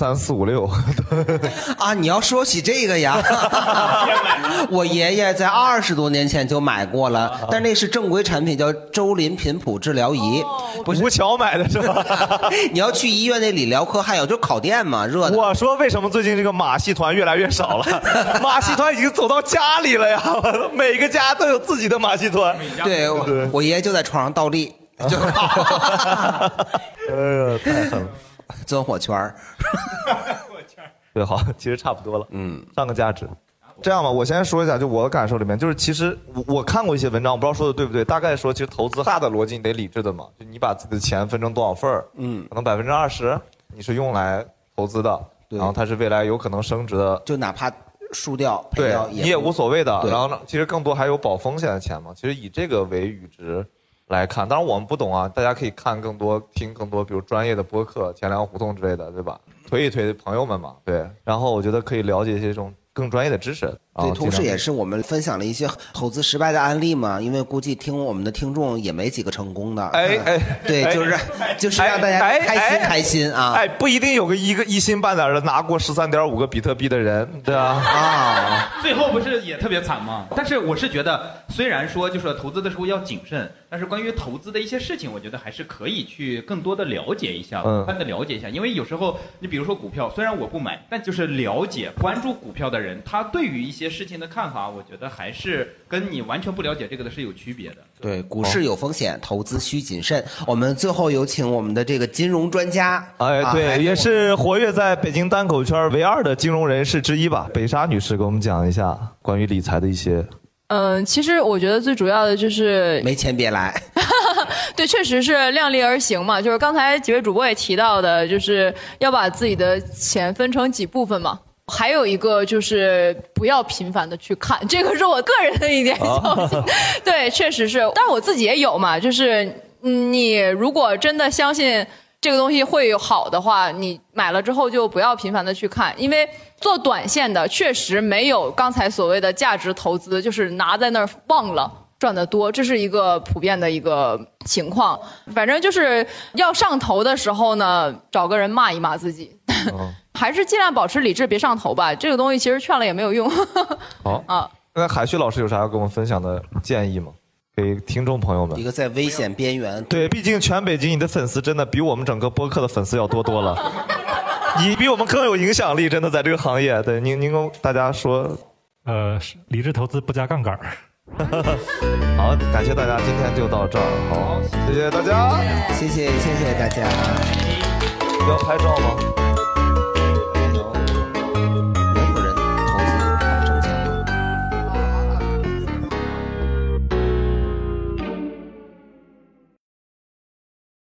2、3、4、5、6 啊！你要说起这个呀，我爷爷在20多年前就买过了，但那是正规产品，叫周林频谱治疗仪， 不是吴桥买的是吧？ 你要去医院那理疗科还有，就烤电嘛，热的。 我说为什么最近这个马戏团越来越少了？ 马戏团已经走到家里了呀，每个家都有自己的马戏团。 对，我爷爷就在床上倒立，就哎呀，太狠了， 钻火圈儿。 对，好，其实差不多了，上个价值。这样吧，我先说一下，就我的感受里面，就是其实我看过一些文章，我不知道说的对不对，大概说其实投资大的逻辑你得理智的嘛，就你把自己的钱分成多少份儿，可能20%你是用来投资的，然后它是未来有可能升值的， 就哪怕输掉赔对掉你也无所谓的。然后呢，其实更多还有保风险的钱嘛，其实以这个为阈值来看，当然我们不懂啊，大家可以看更多、听更多，比如专业的播客、钱粮胡同之类的，对吧？推一推朋友们嘛，对。然后我觉得可以了解一些这种更专业的知识。 对，同时也是我们分享了一些投资失败的案例嘛，因为估计听我们的听众也没几个成功的。对，就是让大家开心啊！ 不一定有个一心半点的拿过13.5个比特币的人，对啊。 最后不是也特别惨吗？但是我是觉得，虽然说就是投资的时候要谨慎，但是关于投资的一些事情，我觉得还是可以去更多的了解一下，广泛的了解一下。因为有时候你比如说股票，虽然我不买，但就是了解、关注股票的人，他对于一些事情的看法，我觉得还是跟你完全不了解这个的是有区别的。 对，股市有风险，投资需谨慎。我们最后有请我们的这个金融专家， 对，也是活跃在北京单口圈唯二的金融人士之一吧，北沙女士给我们讲一下关于理财的一些。 其实我觉得最主要的就是没钱别来。 对，确实是量力而行嘛。就是刚才几位主播也提到的，就是要把自己的钱分成几部分嘛。还有一个就是不要频繁的去看，这个是我个人的一点小心。对，确实是，但是我自己也有嘛，就是你如果真的相信这个东西会有好的话，你买了之后就不要频繁的去看，因为做短线的确实没有刚才所谓的价值投资，就是拿在那儿忘了赚得多，这是一个普遍的一个情况。反正就是要上头的时候呢，找个人骂一骂自己。还是尽量保持理智，别上头吧。这个东西其实劝了也没有用。 好啊，那海旭老师有啥要跟我们分享的建议吗？给听众朋友们。 一个在危险边缘。 对，毕竟全北京你的粉丝真的比我们整个播客的粉丝要多了。你比我们更有影响力，真的在这个行业。对，您跟大家说， 理智投资不加杠杆。 好，感谢大家，今天就到这儿。好，谢谢大家， 谢谢大家。 要拍照吗？